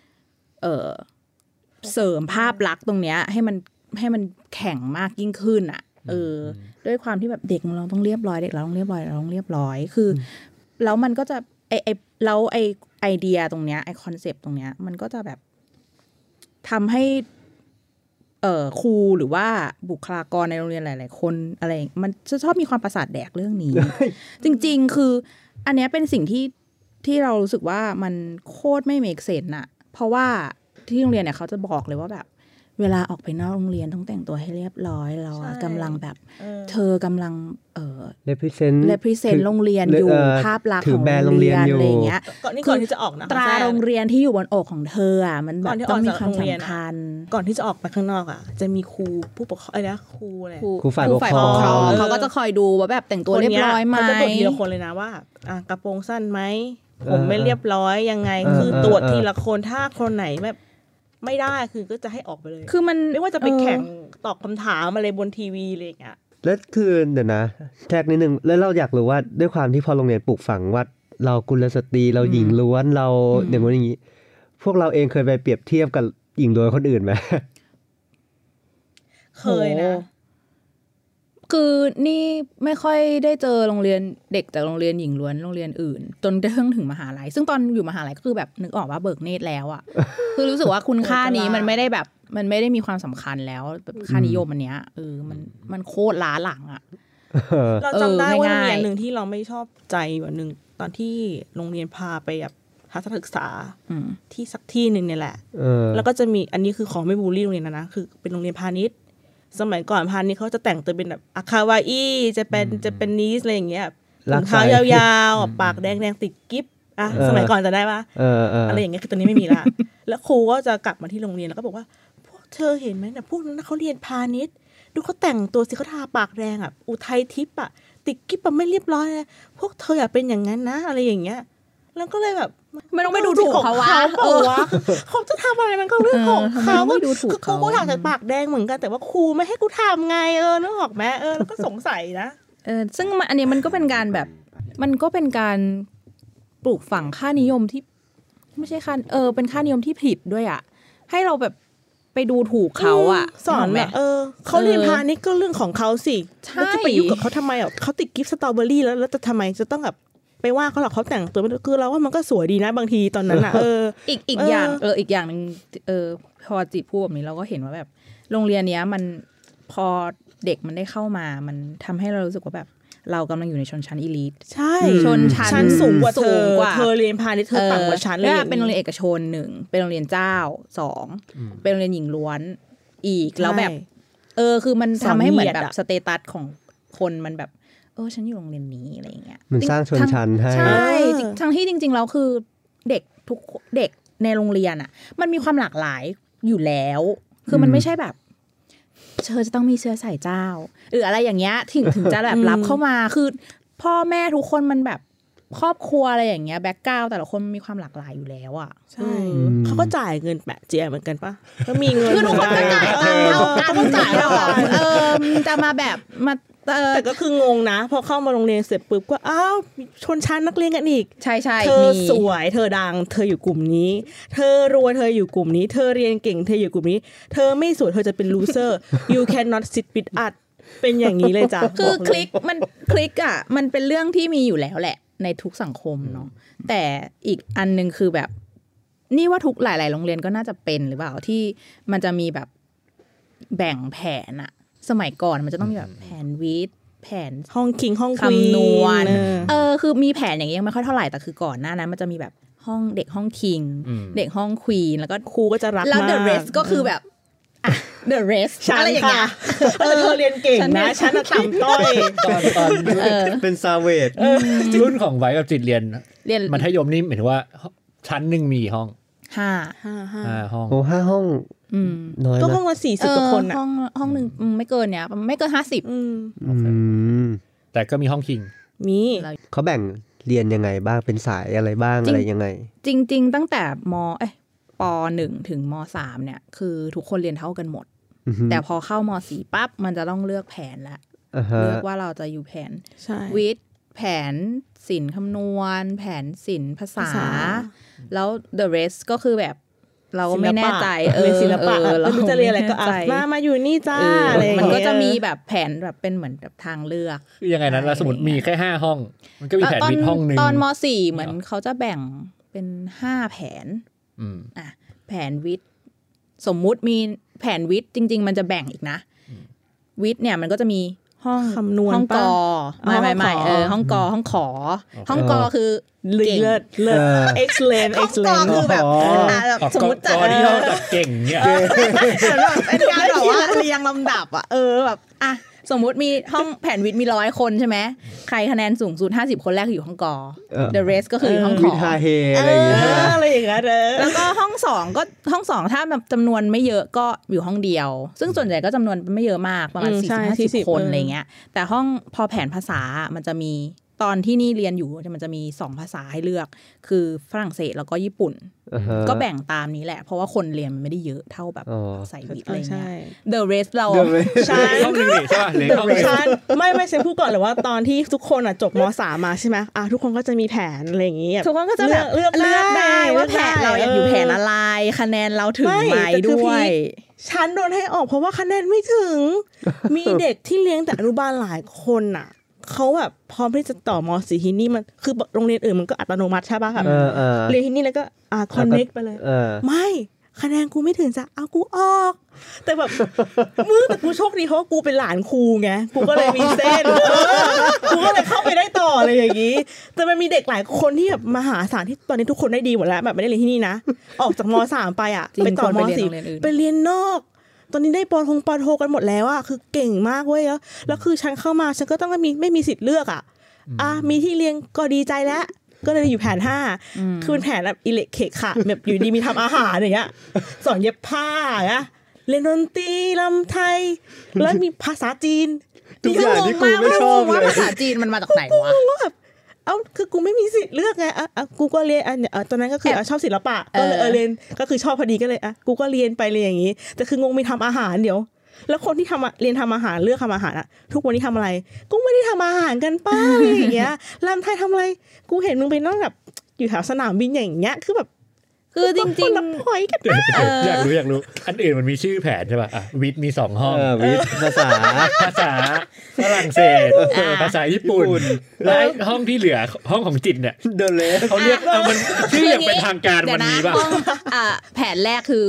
เสริมภาพลักษณ์ตรงเนี้ยให้มันแข็งมากยิ่งขึ้นอ่ะด้วยความที่แบบเด็กเราต้องเรียบร้อยเด็กเราต้องเรียบร้อยเราต้องเรียบร้อยคือแล้วมันก็จะแล้วไอเดียตรงเนี้ยไอคอนเซปต์ตรงเนี้ยมันก็จะแบบทำให้ครูหรือว่าบุคลากรในโรงเรียนหลายๆคนอะไรมันจะชอบมีความประสาทแดกเรื่องนี้ จริงๆคืออันเนี้ยเป็นสิ่งที่เรารู้สึกว่ามันโคตรไม่เมคเซนส์น่ะเพราะว่าที่โรงเรียนเนี่ยเขาจะบอกเลยว่าแบบเวลาออกไปนอกโรงเรียนต้องแต่งตัวให้เรียบร้อยเรากำลังแบบเธอกำลังrepresent โรงเรียนอยู่ภาพลักษณ์ของโรงเรียนอะไรอย่างเงี้ยก่อนที่จะออกนะตราโรงเรียนที่อยู่บนอกของเธออ่ะมันแบบต้องมีความสำคัญก่อนที่จะออกไปข้างนอกอ่ะจะมีครูผู้ปกครองครูอะไรครูฝ่ายปกครองเขาก็จะคอยดูว่าแบบแต่งตัวเรียบร้อยไหมเขาจะตรวจทีละคนเลยนะว่ากระโปรงสั้นไหมผมไม่เรียบร้อยยังไงคือตรวจทีละคนถ้าคนไหนแบบไม่ได้คือก็จะให้ออกไปเลยคือมันไม่ว่าจะไปแข่งตอบคำถามอะไรบนทีวีอะไรอย่างเงี้ยแล้วคือเดี๋ยวนะแทรกนิดนึงแล้วเราอยากรู้ว่าด้วยความที่พอโรงเรียนปลูกฝังว่าเรากุลสตรีเราหญิงล้วนเราอย่างนั้นอย่างนี้พวกเราเองเคยไปเปรียบเทียบกับหญิงล้วนคนอื่นไหมเคยนะคือนี่ไม่ค่อยได้เจอโรงเรียนเด็กจากโรงเรียนหญิงล้วนโรงเรียนอื่นจนกระทั่งถึงมหาลัยซึ่งตอนอยู่มหาลัยก็คือแบบนึกออกว่าเบิกเนตรแล้วอ่ะ คือรู้สึกว่าคุณค่านี้มันไม่ได้แบบมันไม่ได้มีความสำคัญแล้วแบบค่านิยมอันเนี้ยมันโคตรล้าหลังอ่ะเราจำได้ว่าโรงเรียนนึงที่เราไม่ชอบใจวันนึงตอนที่โรงเรียนพาไปแบบทัศนศึกษาที่สักที่นึงเนี่ยแหละแล้วก็จะมีอันนี้คือของไม่บูลลี่โรงเรียนนะคือเป็นโรงเรียนพาณิชย์สมัยก่อนพาณิชย์เขาจะแต่งตัวเป็นแบบอาคาวาอี้จะเป็นนีสอะไรอย่างเงี้ยรองเท้ายาวๆปากแดงๆติดกิ๊บสมัยก่อนจะได้ปะอะไรอย่างเงี้ยคือตอนนี้ไม่มีละแล้วครูก็จะกลับมาที่โรงเรียนแล้วก็บอกว่าพวกเธอเห็นไหมเนี่ยพวกนั้นเขาเรียนพาณิชย์ดูเขาแต่งตัวสิเขาทาปากแดงอุทัยทิพย์ติดกิ๊บไม่เรียบร้อยเลยพวกเธออย่าเป็นอย่างนั้นนะอะไรอย่างเงี้ยแล้วก็เลยแบบไม่ต้องไปดูถูกเขาว่าเขาจะทำอะไรมันก็เรื่องของเขาคือเขาก็อยากจะปากแดงเหมือนกันแต่ว่าครูไม่ให้กูทำไงนึกออกไหมแล้วก็สงสัยนะซึ่งอันนี้มันก็เป็นการแบบมันก็เป็นการปลูกฝังค่านิยมที่ไม่ใช่ค่าเป็นค่านิยมที่ผิดด้วยอ่ะให้เราแบบไปดูถูกเขาสอนแบบเขาเรียนพาณิชย์ก็เรื่องของเขาสิแล้วจะไปยุ่งกับเขาทำไมเขาติดกิฟต์สตรอเบอรี่แล้วจะทำไมจะต้องแบบไปว่าเขาหรอกเขาแต่งตัวคือเราว่ามันก็สวยดีนะบางทีตอนนั้นน่ะอีกอย่างอีกอย่างนึงพอจิพูดแบบนี้เราก็เห็นว่าแบบโรงเรียนเนี้ยมันพอเด็กมันได้เข้ามามันทำให้เรารู้สึกว่าแบบเรากำลังอยู่ในชนชั้นอีลิทใช่ชนชั้นสูงกว่าเธอเรียนพาณิชย์เธอต่ำกว่าชั้นเลยเป็นโรงเรียนเอกชน1เป็นโรงเรียนเจ้า2เป็นโรงเรียนหญิงล้วนอีกแล้วแบบคือมันทำให้เหมือนแบบสเตตัสของคนมันแบบฉันอยู่โรงเรียนนี้อะไรอย่างเงี้ยมันสร้างชนชั้นให้ใช่ทั้งที่จริงๆแล้วคือเด็กทุกเด็กในโรงเรียนอ่ะมันมีความหลากหลายอยู่แล้วคือมันไม่ใช่แบบเธอจะต้องมีเชื้อสายเจ้าหรืออะไรอย่างเงี้ยถึงจะแบบรับเข้ามาคือพ่อแม่ทุกคนมันแบบครอบครัวอะไรอย่างเงี้ยแบ็คกราวด์แต่ละคนมีความหลากหลายอยู่แล้วอ่ะใช่เขาก็จ่ายเงินแปะเจียเหมือนกันปะก็มีเงินคือทุกคนก็จ่ายเท่ากันก็จ่ายเท่ากันจะมาแบบมาแต่ก็คืองงนะพอเข้ามาโรงเรียนเสร็จปุ๊บก็อ้าวชนชั้นนักเรียนกันอีกใช่ๆเธอสวยเธอดังเธออยู่กลุ่มนี้เธอรวยเธออยู่กลุ่มนี้เธอเรียนเก่งเธออยู่กลุ่มนี้เธอไม่สวยเธอจะเป็น loser you cannot sit with us เป็นอย่างนี้เลยจ้ะคือคลิกอ่ะมันเป็นเรื่องที่มีอยู่แล้วแหละในทุกสังคมเนาะแต่อีกอันนึงคือแบบนี่ว่าทุกหลายๆโรงเรียนก็น่าจะเป็นหรือเปล่าที่มันจะมีแบบแบ่งแผนอะสมัยก่อนมันจะต้องมีแบบแผนวิทย์แผนห้องคิงห้องคำนวณคือมีแผนอย่างเงี้ยยังไม่ค่อยเท่าไหร่แต่คือก่อนหน้านั้นมันจะมีแบบห้องเด็กห้องคิงเด็กห้องควีนแล้วก็ครูก็จะรักมากแล้ว the rest ก็คือแบบthe rest อะไรอย่างเงี้ยเธอเรียนเก่งนะฉันต่ำต้อยตอนเป็นซาเวจรุ่นของไว้กับจิตเรียนมัธยมนี่หมายถึงว่าชั้นนึงมีห้อง5ห้องโอ้5ห้องน้อยก็ห้องละ40กว่าคนน่ะห้องนึงไม่เกินเนี้ยไม่เกิน 50แต่ก็มีห้องคิงมีเขาแบ่งเรียนยังไงบ้างเป็นสายอะไรบ้างอะไรยังไงจริงๆตั้งแต่ป.1 ถึงม.3 เนี่ยคือทุกคนเรียนเท่ากันหมดแต่พอเข้าม.4 ปั๊บมันจะต้องเลือกแผนละเลือกว่าเราจะอยู่แผนวิทย์แผนศิลป์คำนวณแผนศิลป์ภาษาแล้ว the rest ก็คือแบบเราก็ไม่แน่ใจศิลปะเราจะเรียนอะไรก็มาอยู่นี่จ้าอะไรมันก็จะมีแบบแผนแบบเป็นเหมือนแบบทางเลือกยังไงนั้นเราสมมติมีแค่5ห้องมันก็มีแผนวิทย์ห้องนึงตอนม.4 เหมือนเขาจะแบ่งเป็น5แผนแผนวิทย์สมมุติมีแผนวิทย์จริงๆมันจะแบ่งอีกนะวิทย์เนี่ยมันก็จะมีห้องคำนวณห้องกอไม่ห้องกอห้องขอห้องกอคือเลิศexcellent คือแบบสมมติจัดที่ห้องจัดเก่งเนี่ยเป็นการแบบว่าเรียงลำดับอ่ะแบบสมมุติมีห้องแผนวิทย์มี100คนใช่ไหมใครคะแนนสูงสุด50คนแรกอยู่ห้องกอ the rest ก็คือห้องขอวิทาเฮอะไรอย่างเงี้ยอะไรอย่างเงี้ยแล้วก็ห้อง2ก็ห้อง2ถ้าแบบจำนวนไม่เยอะก็อยู่ห้องเดียวซึ่งส่วนใหญ่ก็จำนวนไม่เยอะมากประมาณ40-50 คนอะไรเงี้ยแต่ห้องพอแผนภาษามันจะมีตอนที่นี่เรียนอยู่มันจะมี2ภาษาให้เลือกคือฝรั่งเศสแล้วก็ญี่ปุ่นก็แบ่งตามนี้แหละเพราะว่าคนเรียนมันไม่ได้เยอะเท่าแบบสายวิทย์อะไรเงี้ย the rest เราใช่ห้องนึงนี่ใช่ป่ะหรือห้องนึงไม่ใช่พูดก่อนเลยว่าตอนที่ทุกคนจบม.3 มาใช่ไหมทุกคนก็จะมีแผนอะไรอย่างงี้ทุกคนก็จะแบบเลือกได้ว่าแผนเราอยากอยู่แผนอะไรคะแนนเราถึงไหมด้วยฉันโดนให้ออกเพราะว่าคะแนนไม่ถึงมีเด็กที่เลี้ยงแต่อนุบาลหลายคนน่ะเขาแบบพร้อมที่จะต่อม.4 ที่นี่มันคือโรงเรียนอื่นมันก็อัตโนมัติใช่ป่ะแบบเรียนที่นี่แล้วก็คอนเนคไปเลยไม่คะแนนกูไม่ถึงจะเอากูออกแต่แบบแต่กูโชคดีเพราะว่ากูเป็นหลานครูไงกูก็เลยมีเส้นกูก็เลยเข้าไปได้ต่ออะไรอย่างนี้แต่มันมีเด็กหลายคนที่แบบมหาศาลที่ตอนนี้ทุกคนได้ดีหมดแล้วแบบไม่ได้เรียนที่นี่นะออกจากม.3 ไปไปต่อม.4 ไปเรียนนอกตอนนี้ได้ป.โทกันหมดแล้วคือเก่งมากเว้ยแล้วคือฉันเข้ามาฉันก็ต้องไม่มีสิทธิ์เลือกมีที่เรียนก็ดีใจแล้วก็เลยอยู่แผน5คือเป็นแผนแบบอิเล็กเคค่ะแบบอยู่ดีมีทำอาหารอย่างเงี้ยสอนเย็บผ้าเรียนดนตรีรำไทยแล้วมีภาษาจีนทุกอย่างที่กูไม่ชอบเลยภาษาจีนมันมาจากไหนวะคือกูไม่มีสิทธิ์เลือกไงกูก็เรียนตอนนั้นก็คือชอบศิลปะก็เลยเรียนก็คือชอบพอดีก็เลยกูก็เรียนไปเลยอย่างงี้แต่คืองงมีทำอาหารเดี๋ยวแล้วคนที่เรียนทำอาหารเลือกทำอาหารทุกวันนี้ทำอะไรกูไม่ได้ทำอาหารกันป้าอย่างเงี้ยรำไทยทำอะไรกูเห็นมึงไปนั่งแบบอยู่แถวสนามบินอย่างเงี้ยคือแบบคือจริงๆรับพอยกันอยากรู้อันอื่นมันมีชื่อแผนใช่ป่ะวิทย์มี2ห้องวิทย์ภาษาฝรั่งเศสภาษาญี่ปุ่นและห้องที่เหลือห้องของจิตเนี่ย The Rest เขาเรียกมันชื่ออย่างเป็นทางการมันมีป่ะแผนแรกคือ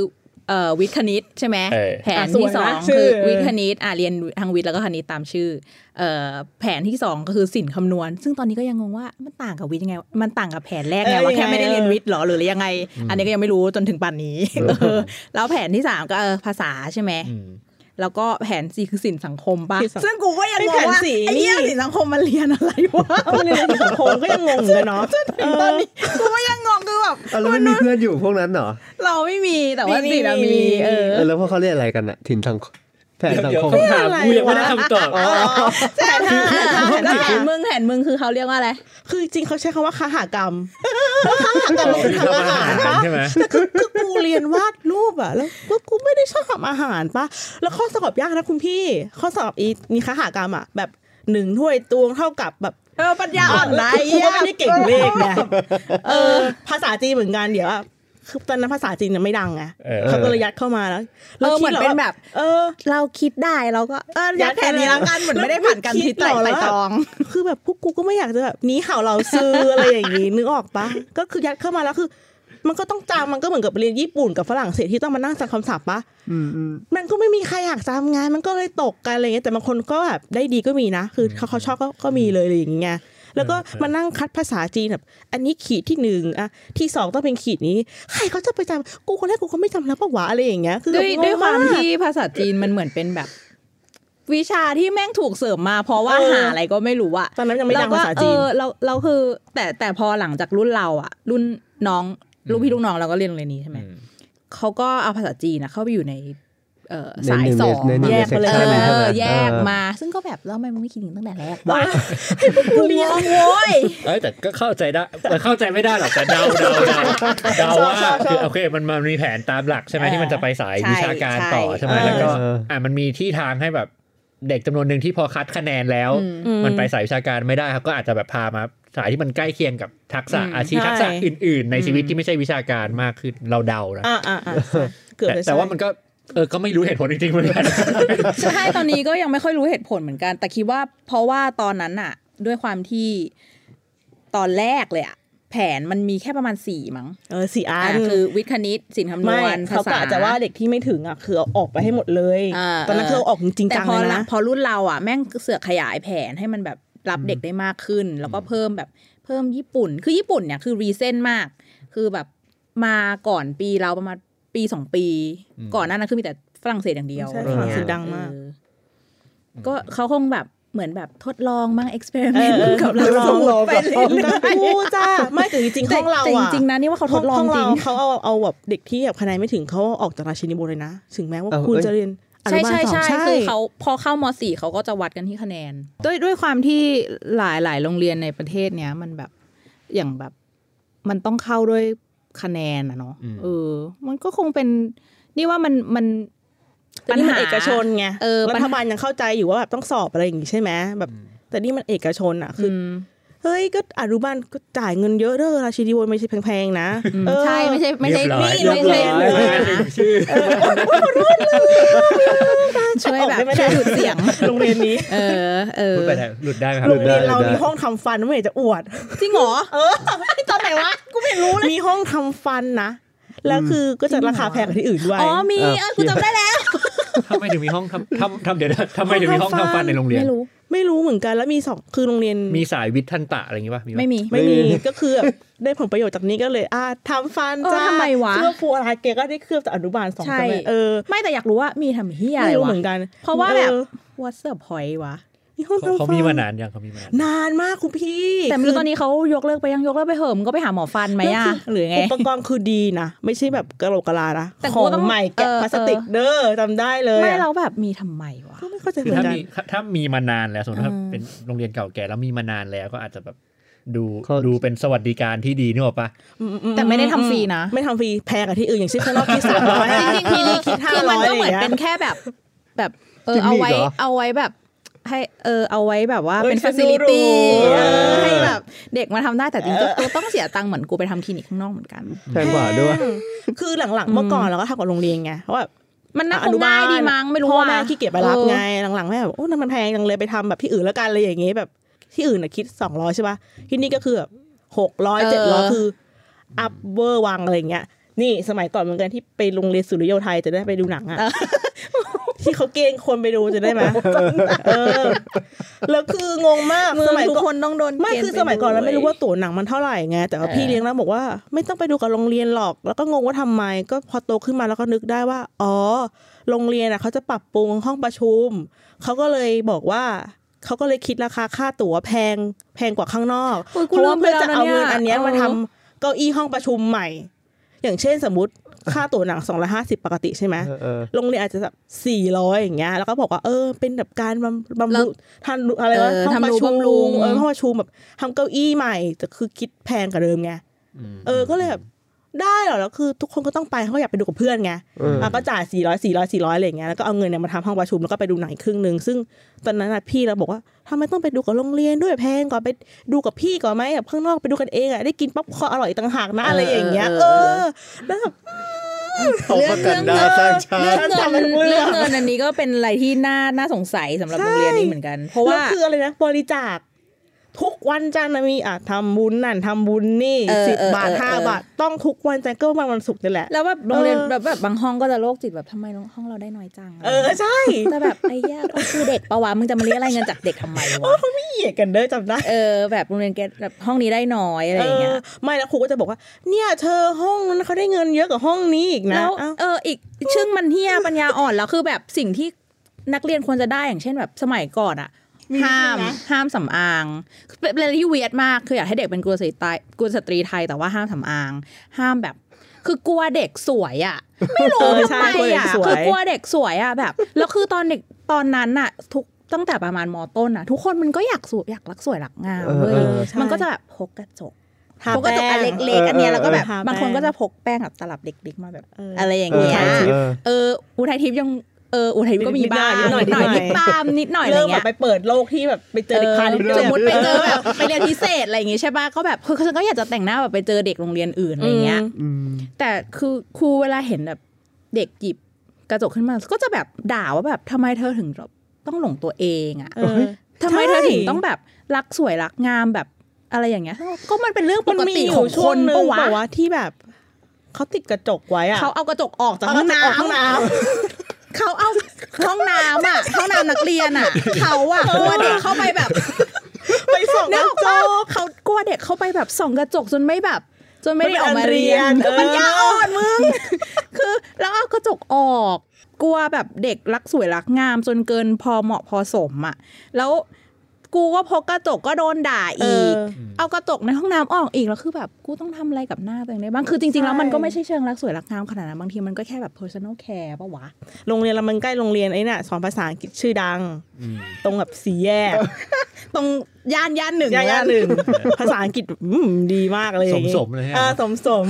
วิทย์คณิตใช่ไหมแผนที่2คือวิทย์คณิตเรียนทางวิทย์แล้วก็คณิตตามชื่อแผนที่2ก็คือศิลป์คำนวณซึ่งตอนนี้ก็ยังงงว่ามันต่างกับวิทย์ยังไงมันต่างกับแผนแรกไงว่าแค่ไม่ได้เรียนวิทย์หรอหรือยังไงอันนี้ก็ยังไม่รู้จนถึงป่านนี้แล้วแผนที่3ก็ภาษาใช่ไหมแล้วก็แผน4คือศิลป์สังคมป่ะซึ่งกูก็ยังงงว่าไอ้เหี้ยศิลป์สังคมมันเรียนอะไรวะมันเรียนศิลป์สังคมก็ยังงงเลยเนาะตอนนี้กูก็ยังงงคือแบบเราไม่มีเพื่อนอยู่พวกนั้นเหรอเราไม่มีแต่ว่าศิลป์มีแล้วพวกเขาเรียกอะไรกันอะถิ่นสังคมแผนสังคมถามกูยังไม่ได้คำตอบแล้วแผนมึงคือเขาเรียกว่าอะไรคือจริงเขาใช้คำว่าคหกรรมคหกรรมทำอาหารป่ะแต่คือกูเรียนวาดรูปอะแล้วก็กูไม่ได้ชอบทำอาหารป่ะแล้วข้อสอบยากนะคุณพี่ข้อสอบมีคหกรรมอะแบบ1ถ้วยตวงเท่ากับแบบปัญญาอ่อนไรกูก็ไม่ได้เก่งเลขไงภาษาจีนเหมือนกันเดี๋ยวคือตอนนั้นภาษาจีนยังไม่ดังไงเขาก็เลยยัดเข้ามาแล้วเหมือนเป็นแบบเราคิดได้เราก็ยัดแผนนี้แล้วกันเหมือนไม่ได้ผ่านการคิดไต่ตองคือแบบพวกกูก็ไม่อยากจะแบบนี้เห่าเราซื้ออะไรอย่างงี้นึกออกปะก็คือยัดเข้ามาแล้วคือมันก็ต้องจำมันก็เหมือนกับเรียนญี่ปุ่นกับฝรั่งเศสที่ต้องมานั่งจำคำศัพท์ปะมันก็ไม่มีใครอยากจำงานมันก็เลยตกกันอะไรเงี้ยแต่บางคนก็แบบได้ดีก็มีนะคือเขาชอบก็มีเลยอะไรอย่างเงี้ยแล้วก็มานั่งคัดภาษาจีนแบบอันนี้ขีดที่1อ่ะที่2ต้องเป็นขีดนี้ใครเขาจะไปจำกูคนแรกกูก็ไม่จำแล้วปะวะอะไรอย่างเงี้ยคือด้วยความที่ภาษาจีนมันเหมือนเป็นแบบวิชาที่แม่งถูกเสริมมาเพราะว่าหาอะไรก็ไม่รู้อะตอนนั้นยังไม่ดังภาษาจีนเราคือแต่พอหลังจากรุ่นเราอะรุ่นน้องลูกพี่ลูกน้องเราก็เรียนโรงเรียนนี้ใช่ไหมเขาก็เอาภาษาจีนนะเข้าไปอยู่ในสาย2แยกไปเลยแยกมาซึ่งก็แบบแล้วทำไมมึงไม่คิดถึงตั้งแต่แรกวะกูเรียนโว้ยแต่ก็เข้าใจได้เข้าใจไม่ได้หรอกแต่เดาว่าคือโอเคมันมีแผนตามหลักใช่ไหมที่มันจะไปสายวิชาการต่อใช่ไหมแล้วก็มันมีที่ทางให้แบบเด็กจำนวนหนึ่งที่พอคัดคะแนนแล้วมันไปสายวิชาการไม่ได้ครับก็อาจจะแบบพามาสายที่มันใกล้เคียงกับทักษะอาชีพทักษะอื่นๆในชีวิตที่ไม่ใช่วิชาการมากขึ้นเราเดานะแต่ว่ามันก็ไม่รู้เหตุผลจริงๆเหมือนกันใช่ตอนนี้ก็ยังไม่ค่อยรู้เหตุผลเหมือนกันแต่คิดว่าเพราะว่าตอนนั้นน่ะด้วยความที่ตอนแรกเลยอะแผนมันมีแค่ประมาณ4มั้ง 4อันคือวิทย์คณิตศิลป์คำนวณภาษาจะว่าเด็กที่ไม่ถึงอะคือเอาออกไปให้หมดเลยตอนนั้นคือเอาออกจริงจังเลยนะพอรุ่นเราอะแม่งเสือกขยายแผนให้มันแบบรับเด็กได้มากขึ้นแล้วก็เพิ่มญี่ปุ่นคือญี่ปุ่นเนี่ยคือรีเซนต์มากคือแบบมาก่อนปีเราประมาณปี2ปีก่อนหน้านั้นคือมีแต่ฝรั่งเศสอย่างเดียวฝรั่งเศสดังมากก็เขาคงแบบเหมือนแบบทดลองมั้ง experiment กับเราไปเรื่อยๆกูจ้าไม่แต่จริงๆห้องเราอ่ะจริงๆนะนี่ว่าเขาทดลองจริงเขาเอาแบบเด็กที่แบบคะแนนไม่ถึงเขาออกจากราชินีโบเลยนะถึงแม้ว่าคุณจะเรียนใช่คือเขาพอเข้าม.4 เขาก็จะวัดกันที่คะแนนด้วยความที่หลายโรงเรียนในประเทศเนี้ยมันแบบอย่างแบบมันต้องเข้าด้วยคะแนนอะเนาะมันก็คงเป็นนี่ว่ามันปัญหาเอกชนไงรัฐบาลยังเข้าใจอยู่ว่าแบบต้องสอบอะไรอย่างงี้ใช่ไหมแบบแต่นี่มันเอกชนอะคือเฮ้ยก็อนุบาลก็จ่ายเงินเยอะเด้อราชินีโบไม่ใช่แพงๆนะใช่ไม่ใช่ช่วยแบบช่วยหยุดเสียงโรงเรียนนี้พูดไปได้หลุดได้ครับโรงเรียนเรามีห้องทำฟันไม่จะอวดจริงเหรอตอนไหนวะกูไม่รู้เลยมีห้องทำฟันนะแล้วคือก็จะราคาแพงกว่าที่อื่นด้วยมีกูจำได้แล้วทำไมถึงมีห้องทำเดี๋ยวทำไมถึงมีห้องทำฟันในโรงเรียนไม่รู้เหมือนกันแล้วมี2คือโรงเรียนมีสายวิทย์ทันตะอะไรอย่างงี้ป่ะไม่มีก็คือได้ผลประโยชน์จากนี้ก็เลยทำฟันจ้าทำไมวะเคลือบฟูอะไรเกก็ได้เคลือบจากอนุบาล2 ใช่ไม่แต่อยากรู้ว่ามีทำเหี้ยอะไรวะไม่รู้เหมือนกันเพราะว่าแบบ what's the point วะเขามีมานานยังเขามีมานานมากคุณพี่แต่ไม่รู้ตอนนี้เขายกเลิกไปยังยกเลิกไปเหอะมึงก็ไปหาหมอฟันไหมอะหรือไงอุปกรณ์คือดีนะไม่ใช่แบบกะโหลกกะลานะของใหม่แกะพลาสติกเด้อจำได้เลยไม่เราแบบมีทำไมวะก็ไม่เข้าใจเหมือนกันถ้ามีมานานแล้วสมมติถ้าเป็นโรงเรียนเก่าแก่แล้วมีมานานแล้วก็อาจจะแบบดูเป็นสวัสดิการที่ดีนึกออกปะแต่ไม่ได้ทำฟรีนะไม่ทำฟรีแพงกว่าที่อื่นอย่างเช่นข้างนอกที่300 จริงๆพี่คิด500มันก็เหมือนเป็นแค่แบบเอาไว้แบบให้เอาไว้แบบว่าเป็น facility ให้แบบเด็กมาทำได้แต่จริงๆก็ต้องเสียตังค์เหมือนกูไปทำคลินิกข้างนอกเหมือนกันแพงกว่าด้วยคือหลังๆเมื่อก่อนเราก็ทำกับโรงเรียนไงเพราะว่ามันน่าคงง่ายดีมั้งไม่รู้ว่าแม่ขี้เกียจไปรับไงหลังๆแม่แบบโอ้มันแพงจังเลยไปทำแบบที่อื่นแล้วกันเลยอย่างงี้แบบที่อื่นน่ะคิด200ใช่ป่ะที่นี่ก็คือแบบ600 700คืออัพเวอร์วังอะไรอย่างเงี้ยนี่สมัยก่อนเหมือนกันที่ไปโรงเรียนสุริโยไทยจะได้ไปดูหนังอ่ะที่เขาเกณฑ์คนไปดูจะได้ไหมแล้วคืองงมากสมัยทุกคนต้องโดนไม่คือสมัยก่อนเราไม่รู้ว่าตั๋วหนังมันเท่าไหร่ไงแต่ว่าพี่เลี้ยงแล้วบอกว่าไม่ต้องไปดูกับโรงเรียนหรอกแล้วก็งงว่าทำไมก็พอโตขึ้นมาแล้วก็นึกได้ว่าอ๋อโรงเรียนอ่ะเขาจะปรับปรุงห้องประชุมเขาก็เลยบอกว่าเขาก็เลยคิดราคาค่าตั๋วแพงกว่าข้างนอกเพราะว่าเพื่อจะเอาเงินอันนี้มาทำเก้าอี้ห้องประชุมใหม่อย่างเช่นสมมติค่าตั๋วหนัง250ปกติใช่ไหมโรงเรียนอาจจะแบบ400อย่างเงี้ยแล้วก็บอกว่าเป็นแบบการบำรุงทำอะไรวะห้องประชุมห้องประชุมแบบทำเก้าอี้ใหม่แต่คือคิดแพงกว่าเดิมไงก็เลยแบบได้เหรอแล้วคือทุกคนก็ต้องไปเขาอยากไปดูกับเพื่อนไงก็จ่าย400อะไรอย่างเงี้ยแล้วก็เอาเงินเนี่ยมาทำห้องประชุมแล้วก็ไปดูหนังครึ่งนึงซึ่งตอนนั้นน่ะพี่เราบอกว่าทำไมต้องไปดูกับโรงเรียนด้วยแพงกว่าไปดูกับพี่ก่อนไหมแบบข้างนอกไปดูกันเองอ่ะได้กินป๊อปคอร์นอร่อยต่างหากนะอะไรอย่างเงี้ยแล้วแบบเขาประกันดาสร้างชาติเรื่องเงินอันนี้ก็เป็นอะไรที่น่าสงสัยสำหรับโรงเรียนนี้เหมือนกันเพราะว่าคืออะไรนะบริจาคทุกวันจันทร์มีทำบุญนั่นทำบุญนี่10 บาท5 บาทต้องทุกวันจันทร์ก็วันศุกร์นี่แหละแล้วแบบโรงเรียนแบบบางห้องก็จะโรคจิตแบบทำไมห้องเราได้น้อยจังใช่แต่แบบไอ้แย่ก็คือเด็กปะวะมึงจะมาเรียกอะไรเงินจากเด็กทำไมวะเขาไม่เหยียดกันเด้อจำได้แบบโรงเรียนแกแบบห้องนี้ได้น้อยอะไรอย่างเงี้ยไม่แล้วครูก็จะบอกว่าเนี่ยเธอห้องนั้นเขาได้เงินเยอะกว่าห้องนี้อีกนะแล้วอีกซึ่งมันเหี้ยปัญญาอ่อนแล้วคือแบบสิ่งที่นักเรียนควรจะได้อย่างเช่นแบบสมัยก่อนอะห้ามสำอางเป็นอะไรที่เวียดมากคืออยากให้เด็กเป็นกุลสตรีไทยแต่ว่าห้ามสำอางห้ามแบบคือกลัวเด็กสวยอ่ะไม่รู้ทำไมอ่ะคือกลัวเด็กสวยอ่ะแบบแล้วคือตอนเด็กตอนนั้นอ่ะตั้งแต่ประมาณม.ต้นอ่ะทุกคนมันก็อยากรักสวยรักงามเว้ยมันก็จะแบบพกกระจกอันเล็กๆอันเนี้ยแล้วก็แบบบางคนก็จะพกแป้งแบบตลับเด็กๆมาแบบอะไรอย่างเงี้ยอุทัยทิพย์ยังอุทัยก็มีบ้างนิดหน่อยนิดบ้างนิดหน่อยอะไรเงี้ยไปเปิดโลกที่แบบไปเจอเด็กพาณิชย์สมมติไปเจอแบบไปเรียนพิเศษอะไรอย่างงี้ใช่ป่ะก็แบบคือฉันก็อยากจะแต่งหน้าแบบไปเจอเด็กโรงเรียนอื่นอะไรเงี้ยแต่คือครูเวลาเห็นแบบเด็กหยิบกระจกขึ้นมาก็จะแบบด่าว่าแบบทำไมเธอถึงต้องหลงตัวเองอ่ะทำไมเธอถึงต้องแบบรักสวยรักงามแบบอะไรอย่างเงี้ยก็มันเป็นเรื่องปกติของคนปะวะที่แบบเขาติดกระจกไว้อ่ะเขาเอากระจกออกจากห้องน้ำเขาเอาห้องน้ำอ่ะห้องน้ำนักเรียนอ่ะเขาอ่ะกลัวเด็กเข้าไปแบบไปส่องกระจกเขากลัวเด็กเข้าไปแบบส่องกระจกจนไม่ได้ออกมาเรียนมันยาอ่อนมึงคือแล้วเอากระจกออกกลัวแบบเด็กรักสวยรักงามจนเกินพอเหมาะพอสมอ่ะแล้วกูก็พกกระจกก็โดนด่าอีกเอากระจกในห้องน้ำออกอีกแล้วคือแบบกูต้องทำอะไรกับหน้าตัวเองได้บ้างคือจริงๆแล้วมันก็ไม่ใช่เชิงรักสวยรักงามขนาดนั้นบางทีมันก็แค่แบบ personal care ป่ะวะโรงเรียนเรามันใกล้โรงเรียนไอ้น่ะสอนภาษาอังกฤษชื่อดังตรงแบบ4 แยกตรงย่าน1 ย่าน1ภาษาอังกฤษดีมากเลยสมเลยฮะสม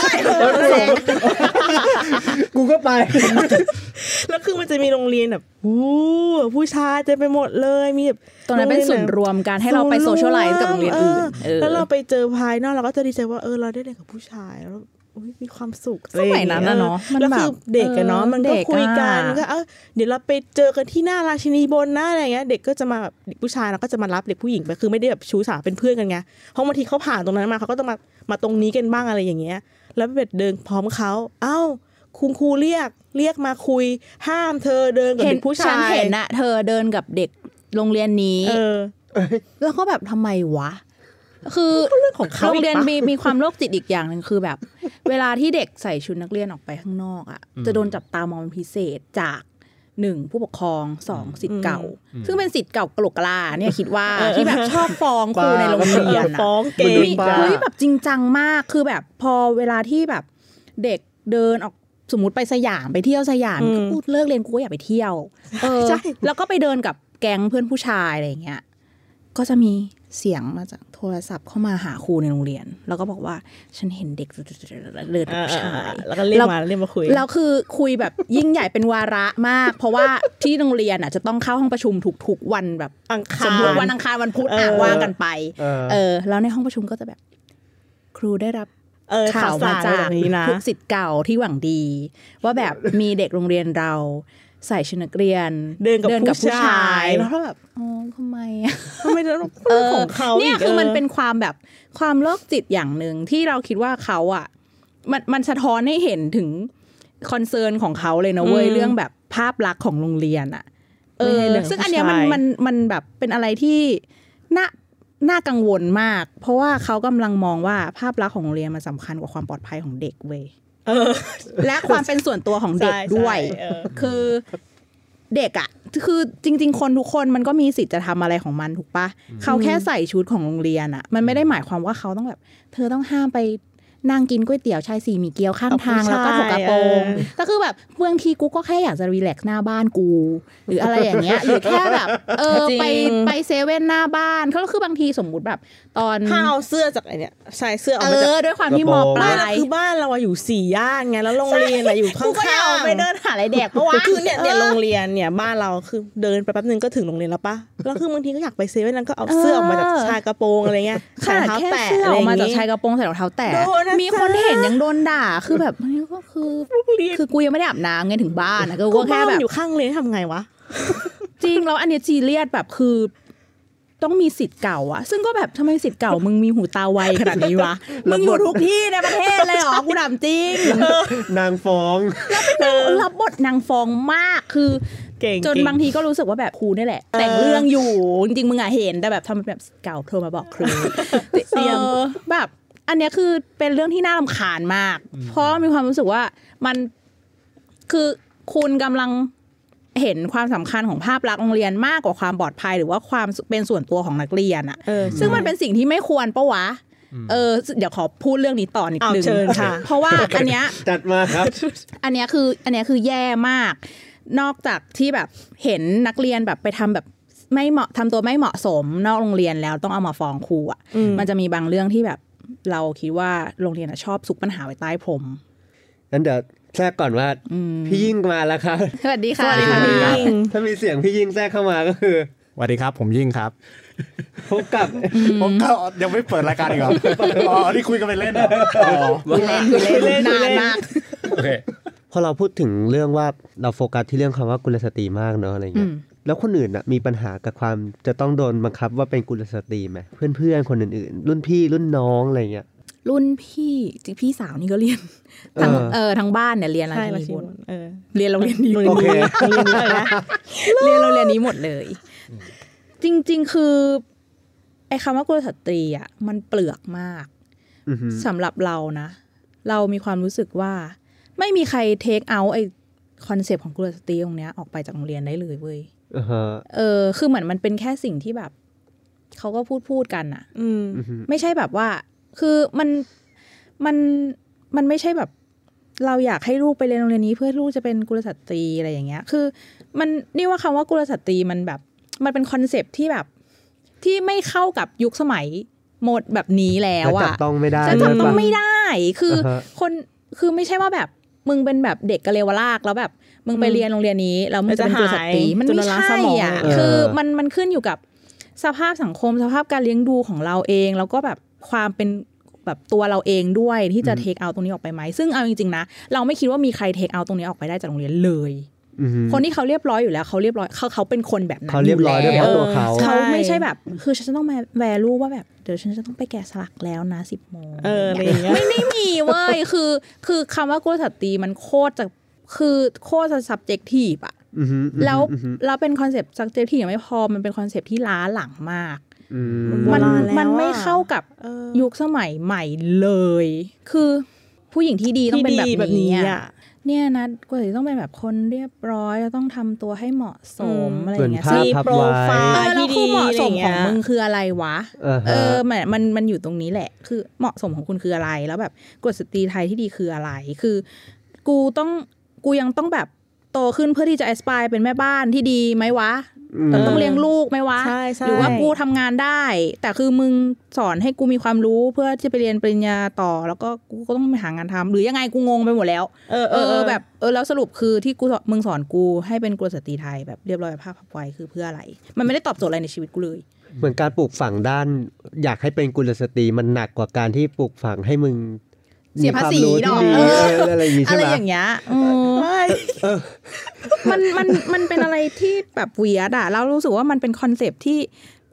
กูก็ไปแล้วคือมันจะมีโรงเรียนแบบผู้ชายเต็มไปหมดเลยมีแบบตรงนั้นเป็นศูนย์รวมการให้เราไปโซเชียลไลซ์กับโรงเรียนอื่นแล้วเราไปเจอภายนอกเราก็จะดีใจว่าเราได้เรียนกับผู้ชายแล้วมีความสุขสมัยนั้นนะเนาะแล้วคือเด็กกันเนาะมันก็คุยกันก็เดี๋ยวเราไปเจอกันที่หน้าราชินีบนหน้าอะไรเงี้ยเด็กก็จะมาแบบเด็กผู้ชายเราก็จะมารับเด็กผู้หญิงไปคือไม่ได้แบบชู้สาวเป็นเพื่อนกันไงเพราะบางทีเขาผ่านตรงนั้นมาเขาก็ต้องมาตรงนี้กันบ้างอะไรอย่างเงี้ยแล้วเบ็ดเดินพร้อมเขาคุณครูเรียกมาคุยห้ามเธอเดินกับเด็กผู้ชายฉันเห็นนะเธอเดินกับเด็กโรงเรียนนี้แล้วก็แบบทำไมวะคือเรื่องของเขาโรงเรียนมีความโรคจิตอีกอย่างนึงคือแบบเวลาที่เด็กใส่ชุดนักเรียนออกไปข้างนอกอ่ะจะโดนจับตามองเป็นพิเศษจาก1ผู้ปกครอง2ศิษย์เก่าซึ่งเป็นศิษย์เก่ากลกลาเนี่ยคิดว่าที่แบบชอบฟ้องครูในโรงเรียนฟ้องเก่งแบบจริงจังมากคือแบบพอเวลาที่แบบเด็กเดินออกสมมุติไปสยามไปเที่ยวสยามก็พูดเลิกเรียนกูก็อยากไปเที่ยวใช่แล้วก็ไปเดินกับแก๊งเพื่อนผู้ชายอะไรอย่างเงี้ยก็จะมีเสียงมาจากโทรศัพท์เข้ามาหาครูในโรงเรียนแล้วก็บอกว่าฉันเห็นเด็กเดินกับผู้ชายแล้วก็เรียกมาคุยแล้วคือคุยแบบยิ่งใหญ่เป็นวาระมากเพราะว่าที่โรงเรียนอ่ะจะต้องเข้าห้องประชุมทุกๆวันแบบสมมติวันอังคารวันพุธว่างกันไปแล้วในห้องประชุมก็จะแบบครูได้รับข่าวมาจากทุกศิษย์เก่าที่หวังดีว่าแบบมีเด็กโรงเรียนเราใส่ชุดนักเรียนเดินกับผู้ชายแล้วแบบทำไมของเขาเนี่ยคือมันเป็นความแบบความโรคจิตอย่างนึงที่เราคิดว่าเขาอ่ะมันสะท้อนให้เห็นถึงคอนเซิร์นของเขาเลยนะเว้ยเรื่องแบบภาพลักษณ์ของโรงเรียนอ่ะซึ่งอันเนี้ยมันแบบเป็นอะไรที่น่ากังวลมากเพราะว่าเขากำลังมองว่าภาพลักษณ์ของโรงเรียนมันสำคัญกว่าความปลอดภัยของเด็กเว้ยและความเป็นส่วนตัวของเด็กด้วยคือเด็กอ่ะคือจริงๆคนทุกคนมันก็มีสิทธิ์จะทำอะไรของมันถูกปะเขาแค่ใส่ชุดของโรงเรียนอ่ะมันไม่ได้หมายความว่าเขาต้องแบบเธอต้องห้ามไปนั่งกินก๋วยเตี๋ยวชายสี่หมี่เกี๊ยวข้างทางแล้วก็ถกกระโปรงแต่คือแบบบางทีกูก็แค่อยากจะรีแลกซ์หน้าบ้านกูหรืออะไรอย่างเงี้ยหรือแค่แบบไปเซเว่นหน้าบ้านก็คือบางทีสมมุติแบบตอนถ้าเอาเสื้อจากไอเนี่ยใส่เสื้อออกมาจากด้วยความที่มปลายคือบ้านเราอยู่4ย่านไงแล้วโรงเรียนอยู่ข้างๆกูก็อยากไปเดินหาอะไรแดกเพราะว่าคือเนี่ยโรงเรียนเนี่ยบ้านเราคือเดินไปแป๊บนึงก็ถึงโรงเรียนแล้วปะแล้วคือบางทีก็อยากไปเซเว่นนั้นก็เอาเสื้อออกมาจากชายกระโปรงอะไรเงี้ยใส่รองเท้าแตะออกมาจากชายกระโปรงใส่รองเท้าแตะมีคนเห็นยังโดนด่าคือแบบนี่ก็คือกูยังไม่ได้อาบน้ำไงถึงบ้านนะก็แค่แบบอยู่ข้างเรียนทำไงวะจริงแล้วอันนี้ซีเรียสแบบคือต้องมีสิทธิ์เก่าอะซึ่งก็แบบทำไมสิทธิ์เก่ามึงมีหูตาไวขนาดนี้วะมึงอยู่ทุกที่ในประเทศเลยเหรอกูถามจริงนางฟ้องรับบทนางฟ้องมากคือจนบางทีก็รู้สึกว่าแบบครูนี่แหละแต่งเรื่องอยู่จริงๆมึงอะเห็นแต่แบบทำแบบเก่าโทรมาบอกครูแบบอันนี้คือเป็นเรื่องที่น่ารำคาญมากเพราะมีความรู้สึกว่ามันคือคุณกำลังเห็นความสำคัญของภาพลักษณ์โรงเรียนมากกว่าความปลอดภัยหรือว่าความเป็นส่วนตัวของนักเรียนอ่ะซึ่งมันเป็นสิ่งที่ไม่ควรปะวะเดี๋ยวขอพูดเรื่องนี้ต่อนิดนึงเพราะว่าอันเนี้ยจัดมาครับอันเนี้ยคือแย่มากนอกจากที่แบบเห็นนักเรียนแบบไปทำแบบไม่เหมาะทำตัวไม่เหมาะสมนอกโรงเรียนแล้วต้องเอามาฟ้องครูอ่ะมันจะมีบางเรื่องที่แบบเราคิดว่าโรงเรียนชอบซุกปัญหาไว้ใต้พรมงั้นเดี๋ยวแทรกก่อนว่าพี่ยิ่งมาแล้วครับสวัสดีค่ะพี่ยิ่งถ้ามีเสียงพี่ยิ่งแทรกเข้ามาก็คือสวัสดีครับผมยิ่งครับพบกับผมก็ยังไม่เปิดรายการอีกเหรออ๋อนี่คุยกันไปเล่นเล่นนานมากโอเคพอเราพูดถึงเรื่องว่าเราโฟกัสที่เรื่องคำว่ากุลสตรีมากเนอะอะไรเงี้ยแล้วคนอื่นน่ะมีปัญหากับความจะต้องโดนบังคับว่าเป็นกุลสตรีไหมเพื่อนๆคนอื่นๆรุ่นพี่รุ่นน้องอะไรเงี้ยรุ่นพี่สาวนี่ก็เรียนทั้งบ้านเนี่ยเรียนอะไรทั้งหมดเรียนโรงเรียนนี้โอเคเรียนโรงเรียนนี้หมดเลยจริงๆคือไอ้คำว่ากุลสตรีอ่ะมันเปลือกมากสำหรับเรานะเรามีความรู้สึกว่าไม่มีใครเทคเอาไอ้คอนเซปต์ของกุลสตรีตรงเนี้ยออกไปจากโรงเรียนได้เลยเว้ยคือเหมือนมันเป็นแค่สิ่งที่แบบเขาก็พูดกันอ่ะไม่ใช่แบบว่าคือมันไม่ใช่แบบเราอยากให้ลูกไปเรียนโรงเรียนนี้เพื่อลูกจะเป็นกุลสตรีอะไรอย่างเงี้ยคือมันนี่ว่าคำว่ากุลสตรีมันแบบมันเป็นคอนเซปต์ที่แบบที่ไม่เข้ากับยุคสมัยโหมดแบบนี้แล้วอะจับต้องไม่ได้จะจับต้องไม่ได้คือคนคือไม่ใช่ว่าแบบมึงเป็นแบบเด็กกะเลวลากแล้วแบบมึงไปเรียนโรงเรียนนี้แล้วมึงจะเป็นกุลสตรีมันไม่ใช่อ่ะคือมันขึ้นอยู่กับสภาพสังคมสภาพการเลี้ยงดูของเราเองแล้วก็แบบความเป็นแบบตัวเราเองด้วยที่จะเทคเอาตรงนี้ออกไปไหมซึ่งเอาจริงๆนะเราไม่คิดว่ามีใครเทคเอาตรงนี้ออกไปได้จากโรงเรียนเลยคนที่เขาเรียบร้อยอยู่แล้วเขาเรียบร้อยเขาเป็นคนแบบนั้นเขาเรียบร้อยด้วยเพราะตัวเขาไม่ใช่แบบคือฉันจะต้องมาแวลูว่าแบบเดี๋ยวฉันจะต้องไปแกะสลักแล้วนะ 10 โมงอะไรอย่างเงี้ยไม่มีเว้ยคือคำว่ากุลสตรีมันโคตรจะคือโคตรจะ subjective อะแล้วเป็นคอนเซปต์ subjective ยังไม่พอมันเป็นคอนเซปต์ที่ล้าหลังมากมันไม่เข้ากับยุคสมัยใหม่เลยคือผู้หญิงที่ดีต้องเป็นแบบนี้เนี่ยนะกว่าจะต้องเป็นแบบคนเรียบร้อยแล้วต้องทำตัวให้เหมาะสมอะไรอย่างเงี้ยมีโปรไฟล์ที่ดีเหมาะสมของมึงคืออะไรวะมันอยู่ตรงนี้แหละคือเหมาะสมของคุณคืออะไรแล้วแบบกุลสตรีไทยที่ดีคืออะไรคือกูยังต้องแบบโตขึ้นเพื่อที่จะ aspire เป็นแม่บ้านที่ดีไหมวะต้องเลี้ยงลูกไหมวะหรือว่ากูทำงานได้แต่คือมึงสอนให้กูมีความรู้เพื่อที่ไปเรียนปริญญาต่อแล้วก็กูก็ต้องไปหางานทำหรือยังไงกูงงไปหมดแล้วแบบแล้วสรุปคือที่มึงสอนกูให้เป็นกุลสตรีไทยแบบเรียบร้อยภาพไวคือเพื่ออะไรมันไม่ได้ตอบโจทย์อะไรในชีวิตกูเลยเหมือนการปลูกฝังด้านอยากให้เป็นกุลสตรีมันหนักกว่าการที่ปลูกฝังให้มึงเสียภาษีดอกอะไรอย่างงี้ใช่ไหมอะไรอย่างเงี้ยมันเป็นอะไรที่แบบเวียดอะเรารู้สึกว่ามันเป็นคอนเซปต์ที่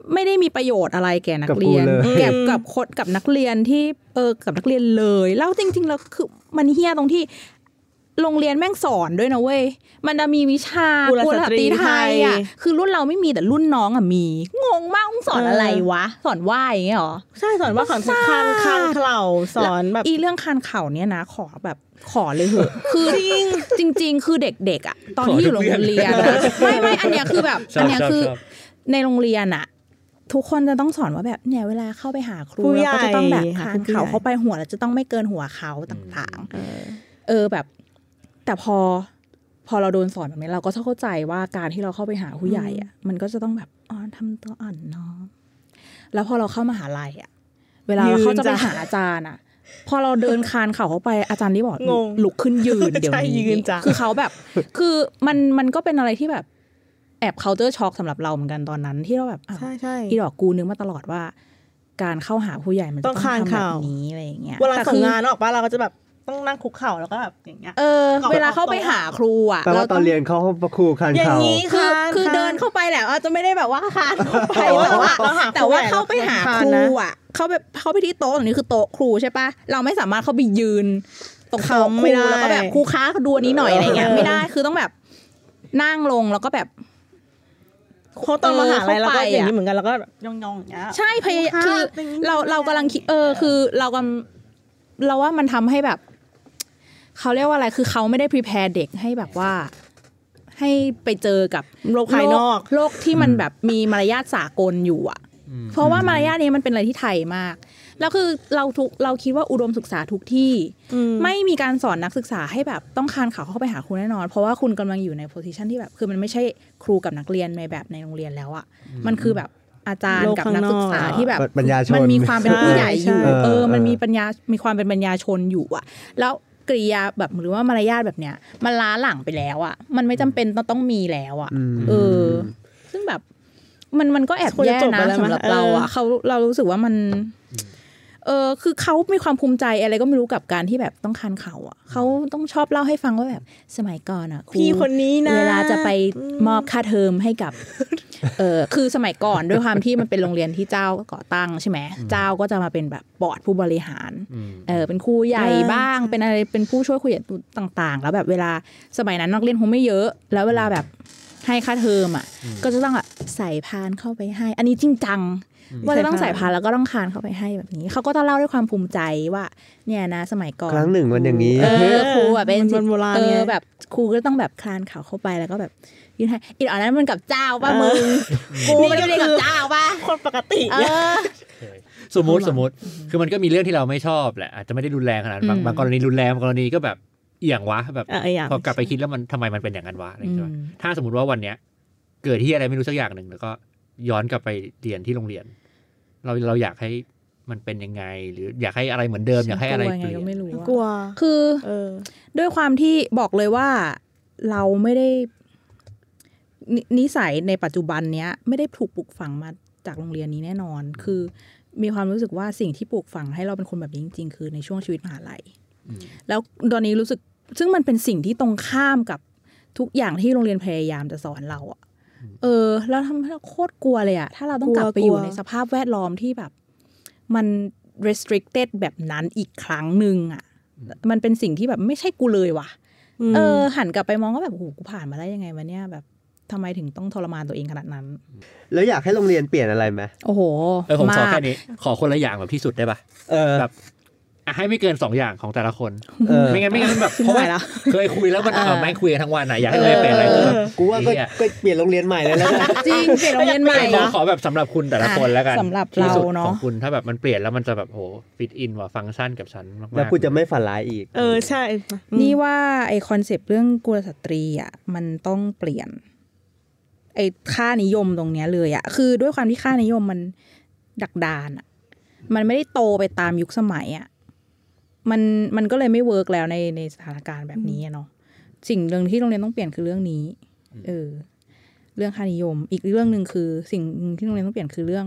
ไม่ได้มีประโยชน์อะไรแก่นักเรียนกับนักเรียนที่กับนักเรียนเลยแล้วจริงๆแล้วคือมันเหี้ยตรงที่โรงเรียนแม่งสอนด้วยนะเว้ยมันจะมีวิชากุลสตรีไทยอ่ะคือรุ่นเราไม่มีแต่รุ่นน้องอ่ะมีงงมากสอนอะไรวะสอนว่าอย่างเงี้ยหรอใช่สอนว่าสอนคานเข่าสอนแบบอีเรื่องคานเข่าเนี่ยนะขอเลยเหอะคือจริงคือเด็กๆอ่ะตอนที่อยู่โรงเรียนไม่อันเนี้ยคือแบบอันเนี้ยคือในโรงเรียนอ่ะทุกคนจะต้องสอนว่าแบบเนี่ยเวลาเข้าไปหาครูเราก็จะต้องแบบคานเข่าเข้าไปหัวแล้วจะต้องไม่เกินหัวเขาต่างๆแบบแต่พอเราโดนสอนแบบนี้เราก็เข้าใจว่าการที่เราเข้าไปหาผู้ใหญ่อ่ะมันก็จะต้องแบบทำตัวอ่อนน้อมแล้วพอเราเข้ามหาลัยอ่ะเวลาเขาจะไปหาอาจารย์อ่ะพอเราเดินคานเข่าเข้าไปอาจารย์ที่บอกลุกขึ้นยืนเดี๋ยวนี้คือเขาแบบคือมันก็เป็นอะไรที่แบบแอบ culture shock สำหรับเราเหมือนกันตอนนั้นที่เราแบบใช่อีดอกกูนึกมาตลอดว่าการเข้าหาผู้ใหญ่มันต้องทำแบบนี้อะไรอย่างเงี้ยเวลาส่งงานออกป่ะเราก็จะแบบต้องนั่งคุกเข่าแล้วก็แบบอย่างเงี้ยเวลาเข้าไปหาครูอ่ะเราตอนเรียนเขาครูคานเข่าอย่างนี้คือเดินเข้าไปแหละอาจจะไม่ได้แบบว่าคานแต่ว่าเข้าไปหาครูอ่ะเข้าไปที่โต๊ะตรงนี้คือโต๊ะครูใช่ปะเราไม่สามารถเข้าไปยืนตรงโต๊ะครูแล้วก็แบบครูคะดูอันนี้หน่อยอะไรเงี้ยไม่ได้คือต้องแบบนั่งลงแล้วก็แบบเขาตอนมหาลัยเราก็อย่างนี้เหมือนกันแล้วก็ย่องๆอย่างเงี้ยใช่พยายามคือเรากำลังคิดคือเราว่ามันทำให้แบบเขาเรียกว่าอะไรคือเขาไม่ได้ prepare เด็กให้แบบว่าให้ไปเจอกับโลกภายนอกโลกที่มันแบบมีมารยาทสากลอยู่อ่ะเพราะว่ามารยาทนี้มันเป็นอะไรที่ไทยมากแล้วคือเราคิดว่าอุดมศึกษาทุกที่ไม่มีการสอนนักศึกษาให้แบบต้องคานเข่าเข้าไปหาครูแน่นอนเพราะว่าคุณกำลังอยู่ใน position ที่แบบคือมันไม่ใช่ครูกับนักเรียนในแบบในโรงเรียนแล้วอ่ะมันคือแบบอาจารย์กับนักศึกษาที่แบบมันมีความเป็นผู้ใหญ่อยู่มันมีความเป็นปัญญาชนอยู่อ่ะแล้วกริยาแบบหรือว่ามารยาทแบบเนี้ยมันล้าหลังไปแล้วอ่ะมันไม่จำเป็นต้องมีแล้วอ่ะซึ่งแบบมันก็แอบแย่นะสำหรับเราอ่ะเรารู้สึกว่ามันคือเขามีความภูมิใจอะไรก็ไม่รู้กับการที่แบบต้องคานเข่าอ่ะเขาต้องชอบเล่าให้ฟังว่าแบบสมัยก่อนอ่ะพี่คนนี้นะเวลาจะไปมอบค่าเทอมให้กับคือสมัยก่อนด้วยความที่มันเป็นโรงเรียนที่เจ้าก่อตั้งใช่ไหมเจ้าก็จะมาเป็นแบบบอร์ดผู้บริหารเป็นครูใหญ่บ้างเป็นอะไรเป็นผู้ช่วยครูใหญ่ต่างๆแล้วแบบเวลาสมัยนั้นนักเรียนคงไม่เยอะแล้วเวลาแบบให้ค่าเทอมอ่ะก็จะต้องใส่พานเข้าไปให้อันนี้จริงจังว่าจะต้องใส่พานแล้วก็ต้องคานเข้าไปให้แบบนี้เขาก็จะเล่าด้วยความภูมิใจว่าเนี่ยนะสมัยก่อนครั้งหนึ่งวันอย่างนี้ครูแบบเป็นโบราณแบบครูก็ต้องแบบคลานเข่าเข้าไปแล้วก็แบบยืนให้อีกอันนั้นมันกับเจ้าป่ะมึงกูไม่ได้เรียนกับเจ้าป่ะคนปกติสมมติคือมันก็มีเรื่องที่เราไม่ชอบแหละอาจจะไม่ได้รุนแรงขนาดบางกรณีรุนแรงบางกรณีก็แบบเอี่ยงวะแบบพอกลับไปคิดแล้วมันทำไมมันเป็นอย่างนั้นวะอะไรอย่างเงี้ยถ้าสมมติว่าวันเนี้ยเกิดที่อะไรไม่รู้สักอย่างหนึ่งแล้วก็ย้อนกลับไปเรียนที่โรงเรียนเราอยากให้มันเป็นยังไงหรืออยากให้อะไรเหมือนเดิมอยากให้อะไรเปลี่ยนไม่รู้กลัวคือด้วยความที่บอกเลยว่าเราไม่ได้นิสัยในปัจจุบันเนี้ยไม่ได้ถูกปลูกฝังมาจากโรงเรียนนี้แน่นอนคือมีความรู้สึกว่าสิ่งที่ปลูกฝังให้เราเป็นคนแบบนี้จริงๆคือในช่วงชีวิตมหาลัยแล้วตอนนี้รู้สึกซึ่งมันเป็นสิ่งที่ตรงข้ามกับทุกอย่างที่โรงเรียนพยายามจะสอนเราอ่ะแล้วทำให้เราโคตรกลัวเลยอะถ้าเราต้องกลับไปอยู่ในสภาพแวดล้อมที่แบบมัน restricted แบบนั้นอีกครั้งนึงอะมันเป็นสิ่งที่แบบไม่ใช่กูเลยว่ะหันกลับไปมองก็แบบโอ้โหกูผ่านมาได้ยังไงวะเนี่ยแบบทำไมถึงต้องทรมานตัวเองขนาดนั้นแล้วอยากให้โรงเรียนเปลี่ยนอะไรไหมโอ้โหผมขอแค่นี้ขอคนละอย่างแบบที่สุดได้ป่ะแบบให้ไม่เกิน2อย่างของแต่ละคนไม่งั้นแบบเพราะว่าเคยคุยแล้วมันแม่งคุยกันทั้งวันน่ะอยากให้เลยเปลี่ยนอะไรกูว่าก็เปลี่ยนโรงเรียนใหม่เลยแล้วจริงเปลี่ยนโรงเรียนใหม่ขอแบบสำหรับคุณแต่ละคนแล้วกันสำหรับเราเนาะของคุณถ้าแบบมันเปลี่ยนแล้วมันจะแบบโหฟิตอินว่ะฟังก์ชันกับฉันมากๆแล้วคุณจะไม่ฝันร้ายอีกใช่นี่ว่าไอคอนเซปต์เรื่องกุลสตรีอ่ะมันต้องเปลี่ยนไอค่านิยมตรงเนี้ยเลยอ่ะคือด้วยความที่ค่านิยมมันดักดานอ่ะมันไม่ได้โตไปตามยุคสมัยอ่ะมันก็เลยไม่เวิร์กแล้วในสถานการณ์แบบนี้เนาะสิ่งหนึ่งที่โรงเรียนต้องเปลี่ยนคือเรื่องนี้เรื่องค่านิยมอีกเรื่องนึงคือสิ่งที่โรงเรียนต้องเปลี่ยนคือเรื่อง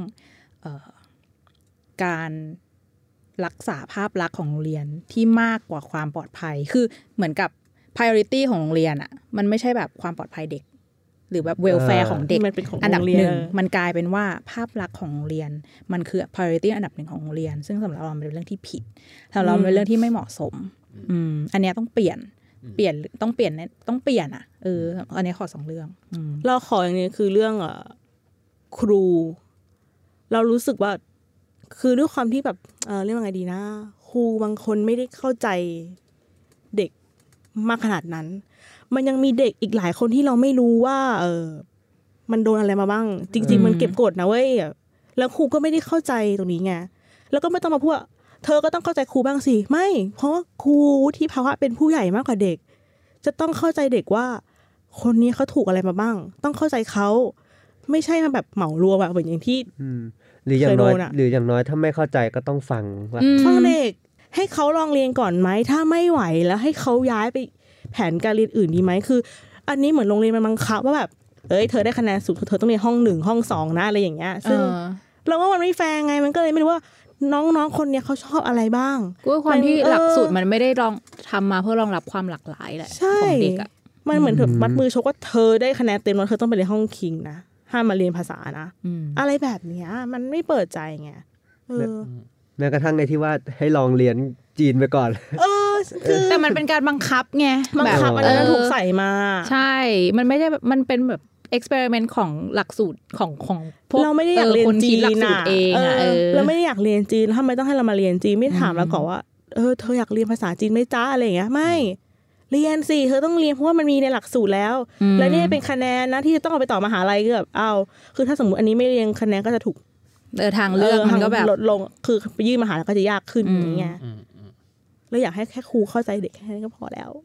การรักษาภาพลักษณ์ของโรงเรียนที่มากกว่าความปลอดภัยคือเหมือนกับ priority ของโรงเรียนอ่ะมันไม่ใช่แบบความปลอดภัยเด็กรือแบบเวลแฟร์ของเด็กมันเป็นของอันดับโรงเรียนหนึ่งมันกลายเป็นว่าภาพลักษณ์ของโรงเรียนมันคือ priority อันดับหนึ่งของโรงเรียนซึ่งสำหรับเราเป็นเรื่องที่ผิดสำหรับเราเป็นเรื่องที่ไม่เหมาะสมอันนี้ต้องเปลี่ยนอ่ะอันนี้ขอ2เรื่องเราขออย่างนี้คือเรื่องครูเรารู้สึกว่าคือด้วยความที่แบบเรียกว่าไงดีนะครูบางคนไม่ได้เข้าใจเด็กมากขนาดนั้นมันยังมีเด็กอีกหลายคนที่เราไม่รู้ว่ามันโดนอะไรมาบ้างจริงๆมันเก็บกดนะเว้ยแล้วครูก็ไม่ได้เข้าใจตรงนี้ไงแล้วก็ไม่ต้องมาพูดเธอก็ต้องเข้าใจครูบ้างสิไม่เพราะว่าครูที่ภาวะเป็นผู้ใหญ่มากกว่าเด็กจะต้องเข้าใจเด็กว่าคนนี้เขาถูกอะไรมาบ้างต้องเข้าใจเขาไม่ใช่มาแบบเหมารวมแบบเหมือนอย่างที่หรืออย่างน้อยถ้าไม่เข้าใจก็ต้องฟังเด็กให้เขาลองเรียนก่อนไหมถ้าไม่ไหวแล้วให้เขาย้ายไปแผนการเรียนอื่นดีไหมคืออันนี้เหมือนโรงเรียนมันบังคับว่าแบบเธอได้คะแนนสูงเธอต้องเรียนห้อง1ห้อง2นะอะไรอย่างเงี้ยซึ่งเราว่ามันไม่แฟร์ไงมันก็เลยไม่รู้ว่าน้องๆคนเนี้ยเขาชอบอะไรบ้างก็ความที่หลักสูตรมันไม่ได้ทำมาเพื่อรองรับความหลากหลายแหละของเด็กอ่ะมันเหมือนแบบมัดมือชกว่าเธอได้คะแนนเต็มแล้วเธอต้องไปเรียนห้องคิงนะห้ามมาเรียนภาษานะอะไรแบบเนี้ยมันไม่เปิดใจไงแม้กระทั่งในที่ว่าให้ลองเรียนจีนไปก่อนแต่มันเป็นการบังคับไงบังคับอันนั้นถูกใส่มาใช่มันไม่ได้มันเป็นแบบexperiment ของหลักสูตรของพวกเราไม่ได้อยากเรียนจีนเองเราไม่ได้อยากเรียนจีนทำไมต้องให้เรามาเรียนจีนไม่ถามแล้วก่อนว่าเธออยากเรียนภาษาจีนไหมจ๊ะอะไรอย่างเงี้ยไม่เรียนสิเธอต้องเรียนเพราะว่ามันมีในหลักสูตรแล้วและนี่เป็นคะแนนนะที่จะต้องเอาไปต่อมหาลัยแบบคือถ้าสมมติอันนี้ไม่เรียนคะแนนก็จะถูกทางเลือกมันก็แบบลดลงคือไปยื่นมหาลัยก็จะยากขึ้นอย่างเงี้ยเราอยากให้แค่ครูเข้าใจเด็กแค่นั้นก็พอแล้ว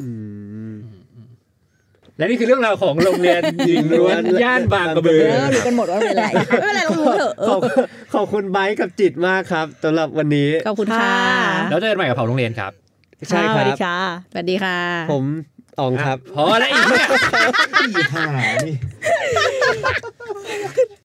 และนี่คือเรื่องราวของโรงเรียนหญิงล้วนย่านบางกระบือรู้กันหมดว่าเป็นอะไรไม่เป็นไรเรารู้เถอะขอบคุณไบค์กับจิตมากครับสำหรับวันนี้ขอบคุณค่ะแล้วเจอกันใหม่กับเผาโรงเรียนครับใช่ครับสวัสดีค่ะสวัสดีค่ะผมอ๋องครับพอแล้วอีกเนี่ย